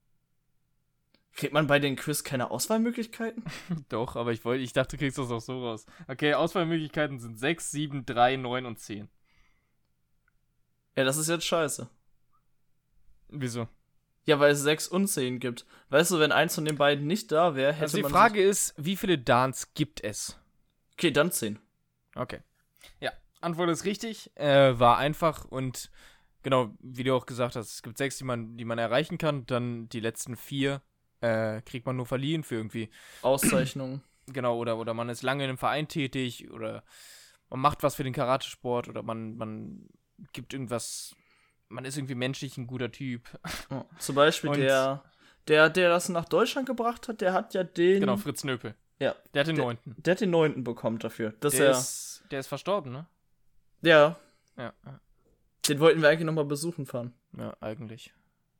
Kriegt man bei den Quiz keine Auswahlmöglichkeiten? Doch, aber ich dachte, du kriegst das auch so raus. Okay, Auswahlmöglichkeiten sind 6, 7, 3, 9 und 10. Ja, das ist jetzt scheiße. Wieso? Ja, weil es 6 und 10 gibt. Weißt du, wenn eins von den beiden nicht da wäre, hätte Also die man... Frage ist, wie viele Dans gibt es? Okay, dann 10. Okay. Ja, Antwort ist richtig. War einfach und genau, wie du auch gesagt hast, es gibt 6, die man erreichen kann. Dann die letzten 4 kriegt man nur verliehen für irgendwie Auszeichnungen. Genau, oder man ist lange in einem Verein tätig oder man macht was für den Karatesport oder man gibt irgendwas, man ist irgendwie menschlich ein guter Typ. Oh, zum Beispiel Und der das nach Deutschland gebracht hat, der hat ja den... Genau, Fritz Nöpel. Ja. Der hat den 9. Der hat den 9. bekommen dafür. Der ist verstorben, ne? Ja. Ja. Den wollten wir eigentlich nochmal besuchen fahren. Ja, eigentlich.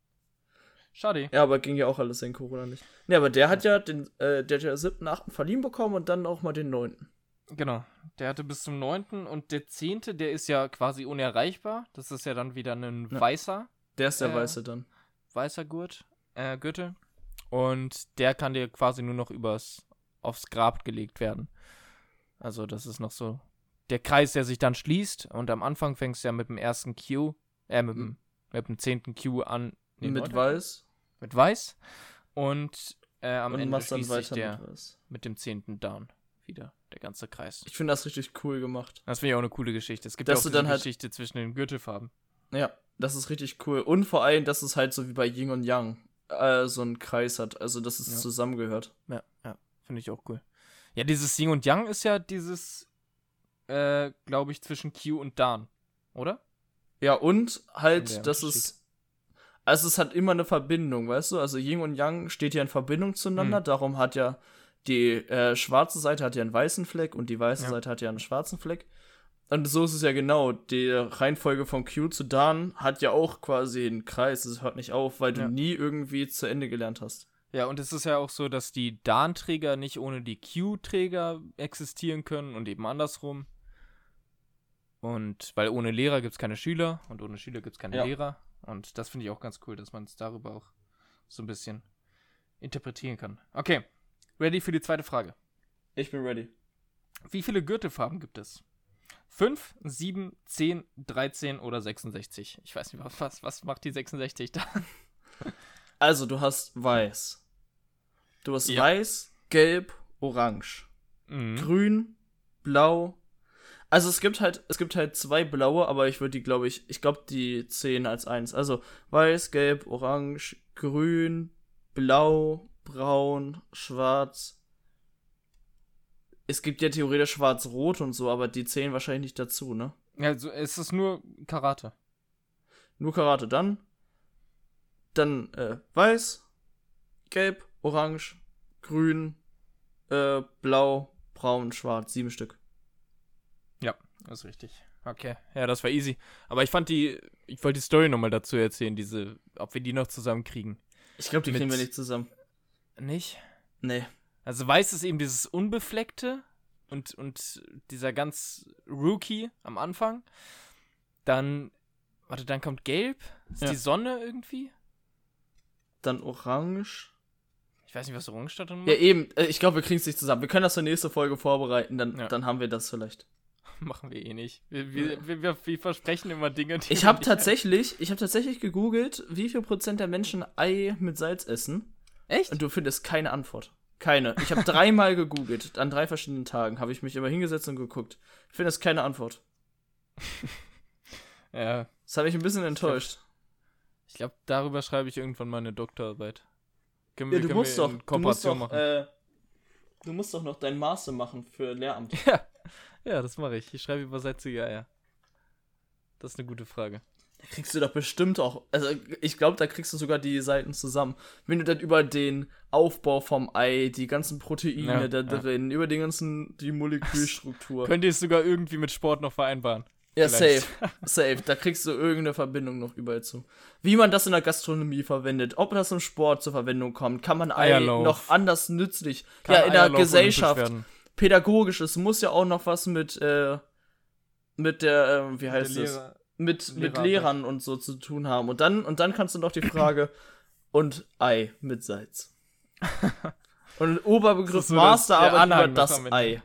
Schade. Ja, aber ging ja auch alles in Corona nicht. Ne, aber der hat ja der hat ja 7., 8. verliehen bekommen und dann auch mal den 9. Genau. Der hatte bis zum 9. und der 10., der ist ja quasi unerreichbar. Das ist ja dann wieder ein weißer. Der ist der Weiße dann. Weißer Gürtel. Und der kann dir quasi nur noch aufs Grab gelegt werden. Also das ist noch so der Kreis, der sich dann schließt. Und am Anfang fängst du ja mit dem ersten Q, mit dem 10. Q an. Nee, mit Weiß. Mit Weiß. Und am und Ende schließt sich mit der Weiß. mit dem 10. Dan wieder, der ganze Kreis. Ich finde das richtig cool gemacht. Das finde ich auch eine coole Geschichte. Es gibt Dass auch du diese dann halt Geschichte zwischen den Gürtelfarben. Ja, das ist richtig cool. Und vor allem, dass es halt so wie bei Yin und Yang so einen Kreis hat. Also, dass es zusammengehört. Ja, finde ich auch cool. Ja, dieses Yin und Yang ist ja dieses, glaube ich, zwischen Q und Dan, oder? Ja, und halt, dass es... Also, es hat immer eine Verbindung, weißt du? Also, Yin und Yang steht ja in Verbindung zueinander. Darum hat ja die schwarze Seite hat ja einen weißen Fleck und die weiße Seite hat ja einen schwarzen Fleck. Und so ist es ja genau. Die Reihenfolge von Q zu Dan hat ja auch quasi einen Kreis. Es hört nicht auf, weil du nie irgendwie zu Ende gelernt hast. Ja, und es ist ja auch so, dass die Dan-Träger nicht ohne die Q-Träger existieren können und eben andersrum. Und weil ohne Lehrer gibt es keine Schüler und ohne Schüler gibt es keine Lehrer. Und das finde ich auch ganz cool, dass man es darüber auch so ein bisschen interpretieren kann. Okay, ready für die zweite Frage. Ich bin ready. Wie viele Gürtelfarben gibt es? 5, 7, 10, 13 oder 66? Ich weiß nicht, was macht die 66 da? Also, du hast Weiß. Du hast Weiß, Gelb, Orange. Grün, Blau. Also es gibt halt 2 blaue, aber ich würde ich glaube die 10 als 1. Also Weiß, Gelb, Orange, Grün, Blau, Braun, Schwarz. Es gibt ja theoretisch Schwarz-Rot und so, aber die zählen wahrscheinlich nicht dazu, ne? Ja, also es ist nur Karate. Nur Karate, dann Weiß, Gelb, Orange, Grün, Blau, Braun, Schwarz, 7 Stück. Ja, das ist richtig. Okay, ja, das war easy. Aber ich wollte die Story nochmal dazu erzählen, ob wir die noch zusammenkriegen. Ich glaube, die kriegen wir nicht zusammen. Nicht? Nee. Also Weiß ist eben dieses Unbefleckte und dieser ganz Rookie am Anfang. Dann kommt Gelb. Ist die Sonne irgendwie? Dann Orange. Ich weiß nicht, was Orange da drin macht. Ja, eben. Ich glaube, wir kriegen es nicht zusammen. Wir können das zur nächsten Folge vorbereiten, dann haben wir das vielleicht. Machen wir eh nicht. Wir versprechen immer Dinge, die Ich habe tatsächlich gegoogelt, wie viel Prozent der Menschen Ei mit Salz essen. Echt? Und du findest keine Antwort. Keine. Ich habe 3-mal gegoogelt. An 3 verschiedenen Tagen habe ich mich immer hingesetzt und geguckt. Ich finde das keine Antwort. Ja. Das hat mich ein bisschen enttäuscht. Ich glaube, darüber schreibe ich irgendwann mal eine Doktorarbeit. Du musst doch noch dein Master machen für Lehramt. Ja, das mache ich. Ich schreibe über salzige Eier. Das ist eine gute Frage. Da kriegst du doch bestimmt auch, also ich glaube, da kriegst du sogar die Seiten zusammen. Wenn du dann über den Aufbau vom Ei, die ganzen Proteine drin, über die Molekülstruktur. Könnt ihr es sogar irgendwie mit Sport noch vereinbaren? Ja, safe. Da kriegst du irgendeine Verbindung noch überall zu. Wie man das in der Gastronomie verwendet, ob das im Sport zur Verwendung kommt, kann man Ei noch anders nützlich, in der Gesellschaft. pädagogisch, es muss ja auch noch was mit der, wie heißt es? Mit Lehrern und so zu tun haben. Und dann kannst du noch die Frage, und Ei mit Salz. Und Oberbegriff so Masterarbeit über das Ei.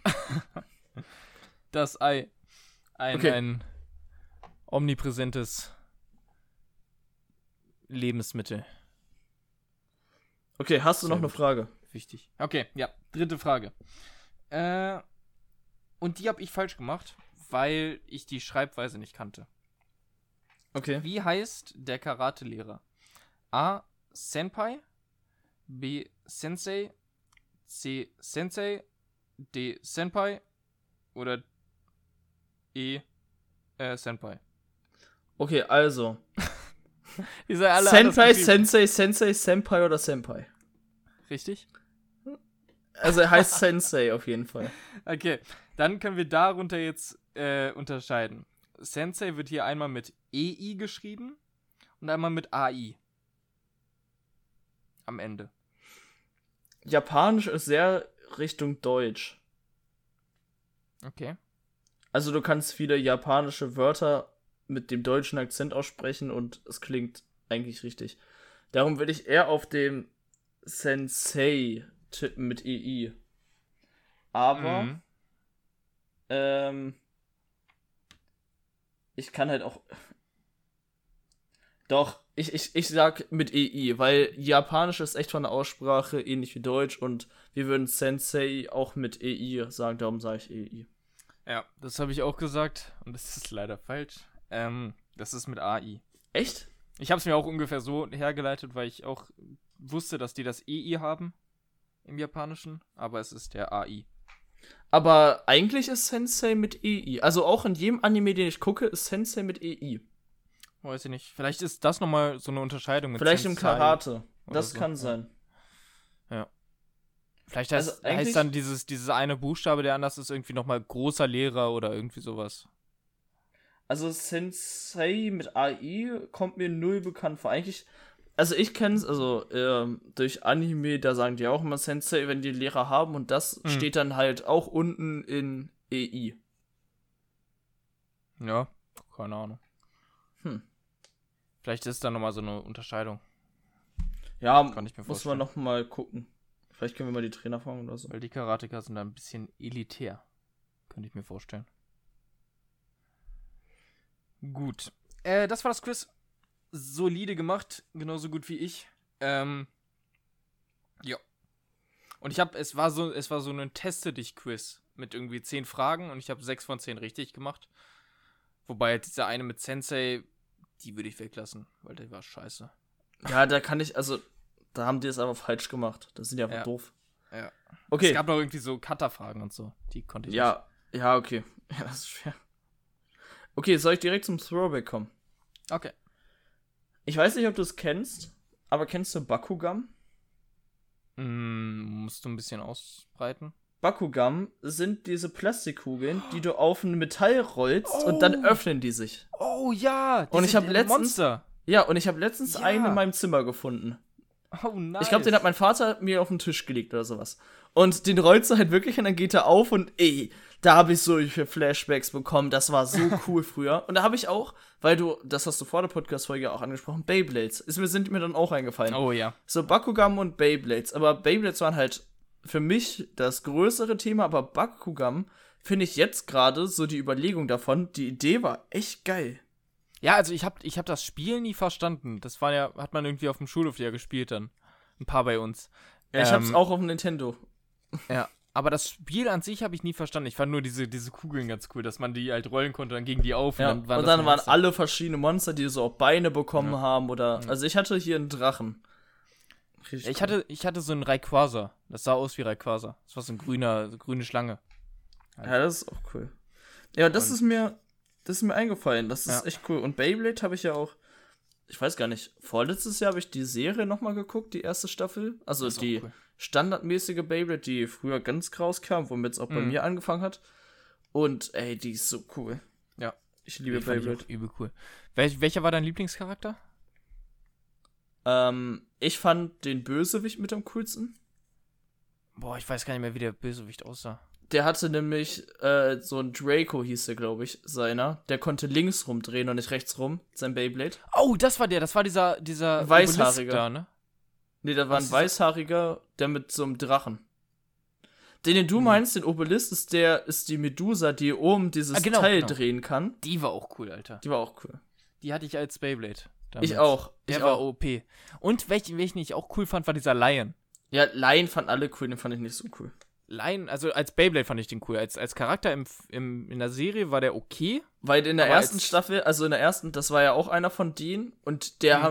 Das Ei. Ein omnipräsentes Lebensmittel. Okay, hast du noch eine Frage? Wichtig. Okay, ja, 3. Frage. Und die habe ich falsch gemacht, weil ich die Schreibweise nicht kannte. Okay. Wie heißt der Karate-Lehrer? A. Senpai, B. Sensei, C. Sensei, D. Senpai oder E. Senpai. Okay, also. Senpai, Sensei, Senpai oder Senpai? Richtig? Also er heißt Sensei auf jeden Fall. Okay, dann können wir darunter jetzt unterscheiden. Sensei wird hier einmal mit EI geschrieben und einmal mit AI. Am Ende. Japanisch ist sehr Richtung Deutsch. Okay. Also du kannst viele japanische Wörter mit dem deutschen Akzent aussprechen und es klingt eigentlich richtig. Darum würde ich eher auf dem Sensei tippen mit EI. Aber ich kann halt auch. Doch, ich sag mit EI, weil Japanisch ist echt von der Aussprache ähnlich wie Deutsch und wir würden Sensei auch mit EI sagen, darum sage ich EI. Ja, das habe ich auch gesagt und das ist leider falsch. Das ist mit AI. Echt? Ich habe es mir auch ungefähr so hergeleitet, weil ich auch wusste, dass die das EI haben im Japanischen, aber es ist der AI. Aber eigentlich ist Sensei mit EI. Also auch in jedem Anime, den ich gucke, ist Sensei mit EI. Weiß ich nicht. Vielleicht ist das nochmal so eine Unterscheidung mit Vielleicht Sensei im Karate. Das so. kann sein. Ja. Vielleicht heißt dann dieses eine Buchstabe, der anders ist, irgendwie nochmal großer Lehrer oder irgendwie sowas. Also Sensei mit AI kommt mir null bekannt vor. Eigentlich, also ich kenne es, durch Anime, da sagen die auch immer Sensei, wenn die Lehrer haben und das steht dann halt auch unten in EI. Ja, keine Ahnung. Vielleicht ist da nochmal so eine Unterscheidung. Ja, kann ich mir muss man nochmal gucken. Vielleicht können wir mal die Trainer fragen oder so. Weil die Karateka sind da ein bisschen elitär. Könnte ich mir vorstellen. Gut. Das war das Quiz. Solide gemacht. Genauso gut wie ich. Ja. Und es war so ein Teste-dich-Quiz. Mit irgendwie 10 Fragen und ich habe 6 von 10 richtig gemacht. Wobei dieser eine mit Sensei, die würde ich weglassen, weil der war scheiße. Ja, da haben die es aber falsch gemacht. Das sind ja einfach doof. Ja. Okay. Es gab noch irgendwie so Cutter-Fragen und so. Die konnte ich nicht. Ja, okay. Ja, das ist schwer. Okay, soll ich direkt zum Throwback kommen? Okay. Ich weiß nicht, ob du es kennst, aber kennst du Bakugan? Musst du ein bisschen ausbreiten? Bakugan sind diese Plastikkugeln, die du auf ein Metall rollst und dann öffnen die sich. Oh ja, und ich habe Monster. Ja, und ich habe letztens einen in meinem Zimmer gefunden. Oh, nice. Ich glaube, den hat mein Vater mir auf den Tisch gelegt oder sowas. Und den rollst du halt wirklich und dann geht er auf und da habe ich solche Flashbacks bekommen. Das war so cool früher. Und da habe ich auch, weil das hast du vor der Podcast-Folge auch angesprochen, Beyblades. Sind mir dann auch eingefallen. Oh ja. So Bakugan und Beyblades. Aber Beyblades waren halt für mich das größere Thema, aber Bakugan finde ich jetzt gerade so die Überlegung davon, die Idee war echt geil. Ja, also ich hab das Spiel nie verstanden. Das war ja, hat man irgendwie auf dem Schulhof ja gespielt dann. Ein paar bei uns. Ja, ich hab's auch auf dem Nintendo. Ja, aber das Spiel an sich habe ich nie verstanden. Ich fand nur diese Kugeln ganz cool, dass man die halt rollen konnte, dann gingen die auf. Ja, und dann waren alle verschiedene Monster, die so auch Beine bekommen haben oder. Also ich hatte hier einen Drachen. Ich hatte so einen Rayquaza. Das sah aus wie Rayquaza. Das war so eine grüne Schlange. Ja, das ist auch cool. Ja, das ist mir eingefallen. Das ist echt cool. Und Beyblade habe ich ja auch, ich weiß gar nicht, vorletztes Jahr habe ich die Serie nochmal geguckt, die erste Staffel. Also die standardmäßige Beyblade, die früher ganz rauskam, womit es auch bei mir angefangen hat. Und die ist so cool. Ja. Ich liebe Beyblade. Übel cool. Welcher war dein Lieblingscharakter? Ich fand den Bösewicht mit am coolsten. Boah, ich weiß gar nicht mehr, wie der Bösewicht aussah. Der hatte nämlich so ein Draco, hieß der, glaube ich, seiner. Der konnte links rumdrehen und nicht rechts rum, sein Beyblade. Oh, das war dieser Weißhaariger. Obelisk da, ne? Nee, da war ein Weißhaariger, der mit so einem Drachen. Den du meinst, den Obelisk, ist die Medusa, die oben dieses Teil drehen kann. Die war auch cool, Alter. Die war auch cool. Die hatte ich als Beyblade. Damals. Ich auch. Der war OP. Und welchen ich auch cool fand, war dieser Lion. Ja, Lion fanden alle cool, den fand ich nicht so cool. Lion, also als Beyblade fand ich den cool. Als Charakter in der Serie war der okay. Weil in der ersten Staffel, das war ja auch einer von denen. Und der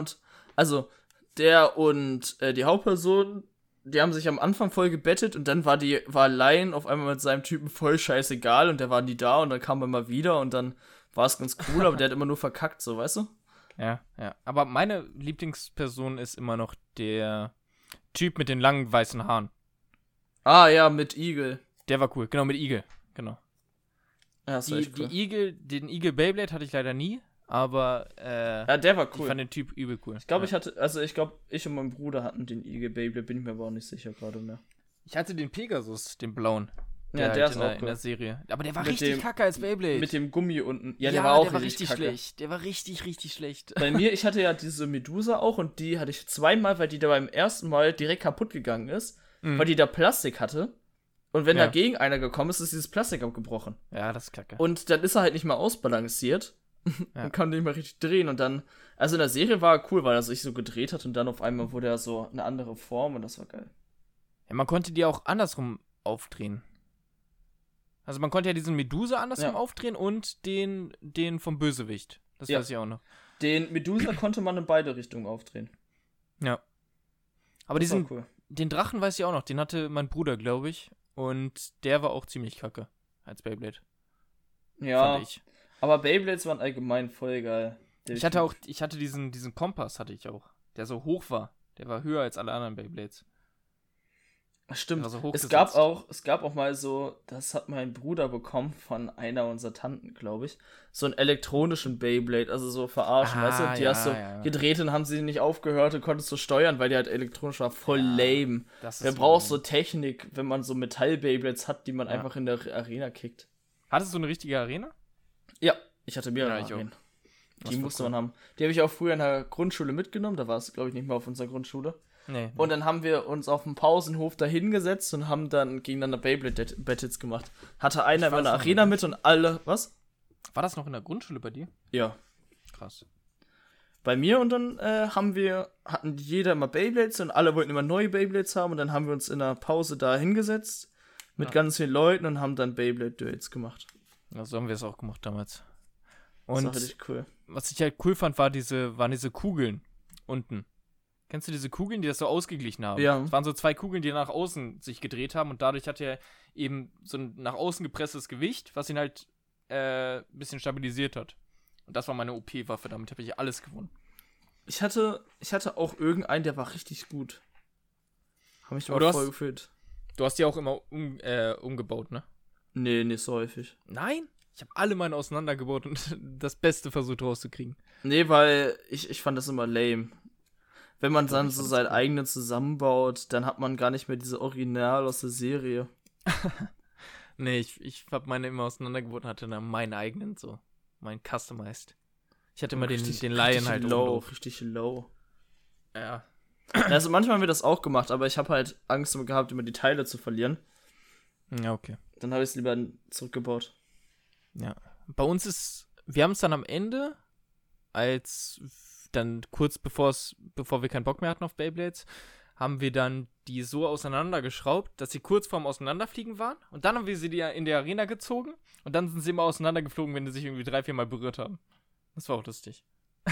und die Hauptperson, die haben sich am Anfang voll gebettet und dann war Lion auf einmal mit seinem Typen voll scheißegal und der war nie da und dann kam er mal wieder und dann war es ganz cool, aber der hat immer nur verkackt, so, weißt du? Ja. Aber meine Lieblingsperson ist immer noch der Typ mit den langen weißen Haaren. Ah, ja, mit Igel. Der war cool, genau, mit Igel, genau. Ja, das war echt cool. Den Igel Beyblade hatte ich leider nie, aber ja, der war cool. Ich fand den Typ übel cool. Ich glaube, ich und mein Bruder hatten den Igel Beyblade, bin ich mir aber auch nicht sicher gerade mehr. Ich hatte den Pegasus, den blauen. Ja, der ist auch cool. In der Serie. Aber der war richtig kacke als Beyblade. Mit dem Gummi unten. Ja, der war auch richtig schlecht. Der war richtig, richtig schlecht. Bei mir, ich hatte ja diese Medusa auch und die hatte ich zweimal, weil die da beim ersten Mal direkt kaputt gegangen ist. Weil die da Plastik hatte. Und wenn dagegen einer gekommen ist, ist dieses Plastik abgebrochen. Ja, das ist kacke. Und dann ist er halt nicht mal ausbalanciert. Und kann nicht mal richtig drehen. Und dann, also in der Serie war er cool, weil er sich so gedreht hat und dann auf einmal wurde er so eine andere Form und das war geil. Ja, man konnte die auch andersrum aufdrehen. Also man konnte ja diesen Medusa andersrum aufdrehen und den vom Bösewicht. Das weiß ich auch noch. Den Medusa konnte man in beide Richtungen aufdrehen. Ja. Aber den Drachen weiß ich auch noch. Den hatte mein Bruder, glaube ich. Und der war auch ziemlich kacke als Beyblade. Ja, fand ich. Aber Beyblades waren allgemein voll geil. Ich hatte diesen Kompass, hatte ich auch. Der so hoch war. Der war höher als alle anderen Beyblades. Stimmt. So es gab auch mal so, das hat mein Bruder bekommen von einer unserer Tanten, glaube ich, so einen elektronischen Beyblade, also so verarschen, weißt du? Die hast du gedreht und haben sie nicht aufgehört und konntest du steuern, weil die halt elektronisch war, voll lame. Wer braucht so Technik, wenn man so Metall-Beyblades hat, die man einfach in der Arena kickt? Hattest du eine richtige Arena? Ja, ich hatte mehrere Arenen. Die musste man haben. Die habe ich auch früher in der Grundschule mitgenommen, da war es, glaube ich, nicht mehr auf unserer Grundschule. Nee. Und dann haben wir uns auf dem Pausenhof da hingesetzt und haben dann gegeneinander Beyblade-Battles gemacht. Hatte einer immer eine Arena mit und alle, was? War das noch in der Grundschule bei dir? Ja. Krass. Bei mir und dann hatten jeder immer Beyblades und alle wollten immer neue Beyblades haben und dann haben wir uns in der Pause da hingesetzt mit ganz vielen Leuten und haben dann Beyblade-Duels gemacht. Ja, so haben wir es auch gemacht damals. Und das war richtig cool. Was ich halt cool fand, waren diese Kugeln unten. Kennst du diese Kugeln, die das so ausgeglichen haben? Ja. Es waren so zwei Kugeln, die nach außen sich gedreht haben und dadurch hat er eben so ein nach außen gepresstes Gewicht, was ihn halt ein bisschen stabilisiert hat. Und das war meine OP-Waffe, damit habe ich alles gewonnen. Ich hatte auch irgendeinen, der war richtig gut. Hab mich aber voll gefühlt. Du hast die auch immer umgebaut, ne? Nee, nicht so häufig. Nein? Ich habe alle meine auseinandergebaut und das Beste versucht rauszukriegen. Nee, weil ich fand das immer lame. Wenn man dann so seinen eigenen zusammenbaut, dann hat man gar nicht mehr diese Original aus der Serie. Nee, ich habe meine immer auseinandergebaut und hatte dann meinen eigenen, so. Meinen customized. Ich hatte immer den Lion halt low. Richtig low. Ja. Also manchmal haben wir das auch gemacht, aber ich habe halt Angst gehabt, immer die Teile zu verlieren. Ja, okay. Dann habe ich es lieber zurückgebaut. Ja. Bei uns wir haben es dann am Ende, als dann kurz bevor wir keinen Bock mehr hatten auf Beyblades, haben wir dann die so auseinandergeschraubt, dass sie kurz vorm Auseinanderfliegen waren. Und dann haben wir sie in der Arena gezogen. Und dann sind sie immer auseinandergeflogen, wenn die sich irgendwie 3-4 Mal berührt haben. Das war auch lustig.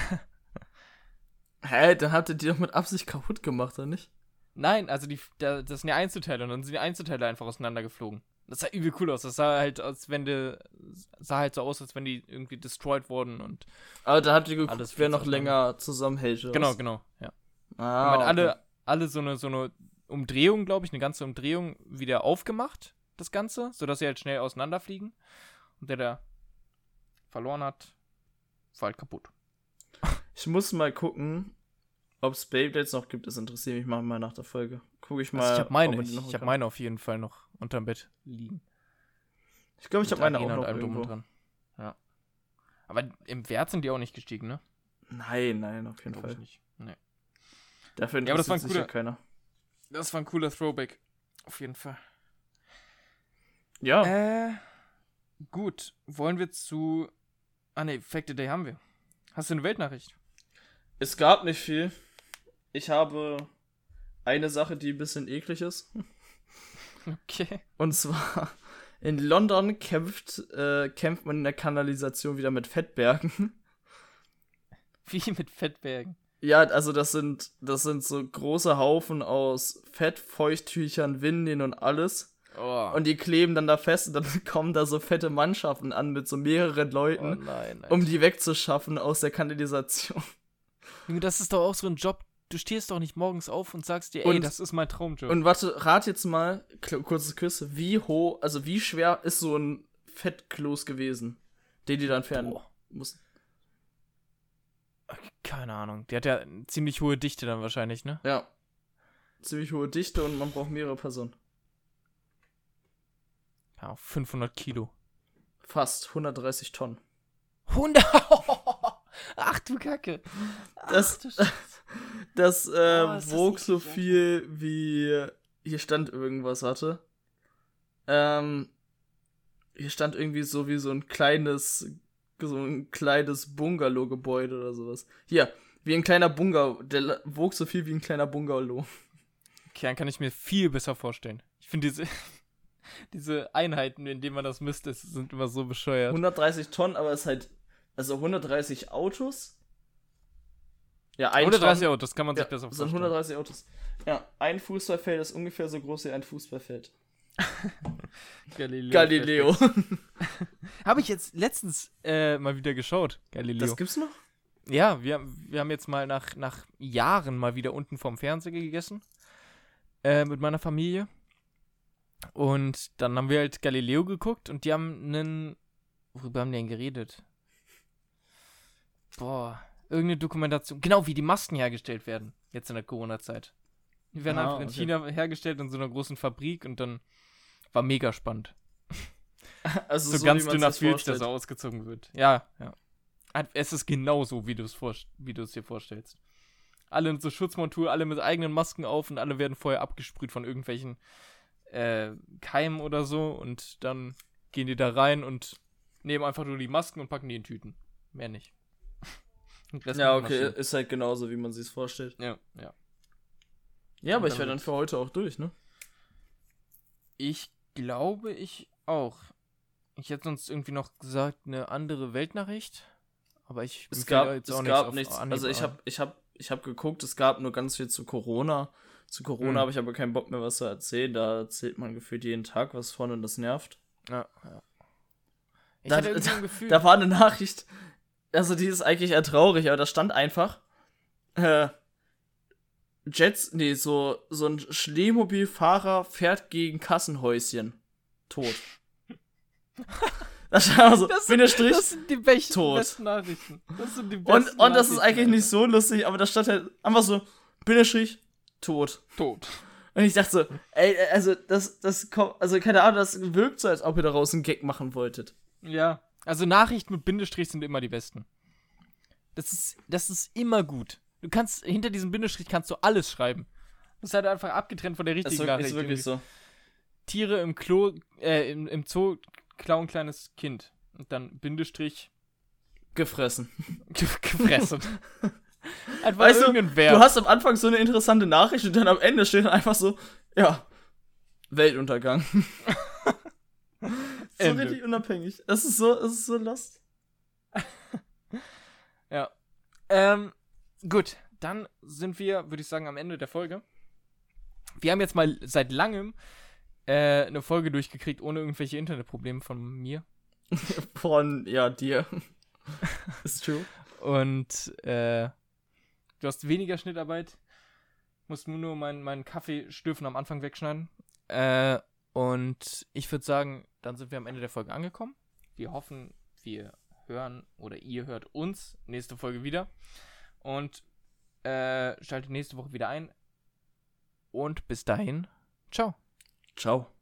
Hä? Dann habt ihr die doch mit Absicht kaputt gemacht, oder nicht? Nein, also das sind ja Einzelteile. Und dann sind die Einzelteile einfach auseinandergeflogen. Das sah übel cool aus. Das sah halt so aus, als wenn die irgendwie destroyed wurden. Aber da habt ihr geguckt, wer noch länger zusammenhält. Genau, ja. Okay. Alle so eine Umdrehung, glaube ich, eine ganze Umdrehung wieder aufgemacht, das Ganze, sodass sie halt schnell auseinanderfliegen. Und der verloren hat, war halt kaputt. Ich muss mal gucken, Ob es Beyblades noch gibt, das interessiert mich mal nach der Folge. Guck ich mal. Also ich habe meine auf jeden Fall noch unterm Bett liegen. Ich glaube, ich habe meine auch Arena und noch allem drum irgendwo. und dran. Ja. Aber im Wert sind die auch nicht gestiegen, ne? Nein, auf jeden Glaub Fall. ich nicht. Nee. Dafür Ja, aber das war interessiert sich ja keiner. Das war ein cooler Throwback. Auf jeden Fall. Ja. Gut. Wollen wir zu... Fact Day haben wir. Hast du eine Weltnachricht? Es gab nicht viel. Ich habe eine Sache, die ein bisschen eklig ist. Okay. Und zwar in London kämpft man in der Kanalisation wieder mit Fettbergen. Wie mit Fettbergen? Ja, also das sind so große Haufen aus Fett, Feuchttüchern, Windeln und alles. Oh. Und die kleben dann da fest und dann kommen da so fette Mannschaften an mit so mehreren Leuten, nein, um die wegzuschaffen aus der Kanalisation. Junge, das ist doch auch so ein Job. Du stehst doch nicht morgens auf und sagst dir, das ist mein Traumjob. Und warte, rat jetzt mal, kurzes Quiz, wie schwer ist so ein Fettkloß gewesen, den die dann entfernen mussten? Keine Ahnung. Der hat ja eine ziemlich hohe Dichte dann wahrscheinlich, ne? Ja. Ziemlich hohe Dichte und man braucht mehrere Personen. Ja, 500 Kilo. Fast 130 Tonnen. 100? Ach du Kacke. Das ist wog nicht so so viel wie... Hier stand irgendwas, warte. Hier stand irgendwie so wie so ein kleines Bungalow-Gebäude oder sowas. Hier, wie ein kleiner Bungalow. Der wog so viel wie ein kleiner Bungalow. Okay, dann kann ich mir viel besser vorstellen. Ich finde diese Einheiten, in denen man das misst, sind immer so bescheuert. 130 Tonnen, aber es ist halt... Also 130 Autos. Ja, 130 Tonnen. Autos, kann man sich besser Das sind vorstellen. 130 Autos. Ja, ein Fußballfeld ist ungefähr so groß wie ein Fußballfeld. Galileo. Habe ich jetzt letztens mal wieder geschaut, Galileo. Das gibt's noch? Ja, wir haben jetzt mal nach Jahren mal wieder unten vorm Fernseher gegessen. Mit meiner Familie. Und dann haben wir halt Galileo geguckt und die haben worüber haben die denn geredet? Irgendeine Dokumentation. Genau, wie die Masken hergestellt werden. Jetzt in der Corona-Zeit. Die werden einfach in China hergestellt in so einer großen Fabrik und dann war mega spannend. Also so ganz dünner Filz, der so ausgezogen wird. Ja. Es ist genau so, wie du es dir vorstellst. Alle mit so Schutzmontur, alle mit eigenen Masken auf und alle werden vorher abgesprüht von irgendwelchen Keimen oder so und dann gehen die da rein und nehmen einfach nur die Masken und packen die in Tüten. Mehr nicht. Ja, okay, ist halt genauso, wie man sich es vorstellt. Ja. Ja, aber ich wäre dann für heute auch durch, ne? Ich glaube, ich auch. Ich hätte sonst irgendwie noch gesagt, eine andere Weltnachricht. Aber es gab nichts. Also ich hab geguckt, es gab nur ganz viel zu Corona. Zu Corona habe ich aber keinen Bock mehr, was zu erzählen. Da erzählt man gefühlt jeden Tag was von und das nervt. Ja. Ich hatte irgendwie ein Gefühl. Da war eine Nachricht, also die ist eigentlich eher traurig, aber da stand einfach, so ein Schneemobilfahrer fährt gegen Kassenhäuschen. Tot. Das stand also, das sind die besten Nachrichten. Das sind die besten und das ist eigentlich nicht so lustig, aber da stand halt einfach so, Bindestrich, tot. Und ich dachte so, ey, also das kommt, also keine Ahnung, das wirkt so, als ob ihr daraus einen Gag machen wolltet. Ja, also Nachrichten mit Bindestrich sind immer die besten. Das ist immer gut. Du kannst, hinter diesem Bindestrich kannst du alles schreiben. Das ist halt einfach abgetrennt von der richtigen Nachricht. Ist wirklich so. Tiere im Zoo klauen ein kleines Kind. Und dann Bindestrich. Gefressen. Gefressen. Einfach weißt irgendein Verb. Du hast am Anfang so eine interessante Nachricht und dann am Ende steht dann einfach so, ja, Weltuntergang. So richtig unabhängig. Es ist so lost. Ja. Gut, dann sind wir, würde ich sagen, am Ende der Folge. Wir haben jetzt mal seit langem eine Folge durchgekriegt, ohne irgendwelche Internetprobleme von mir. Von, ja, dir. Ist true. Und du hast weniger Schnittarbeit. Musst nur meinen Kaffeestöfen am Anfang wegschneiden. Und ich würde sagen, dann sind wir am Ende der Folge angekommen. Wir hoffen, wir hören oder ihr hört uns nächste Folge wieder. Und Schaltet nächste Woche wieder ein. Und bis dahin, ciao. Ciao.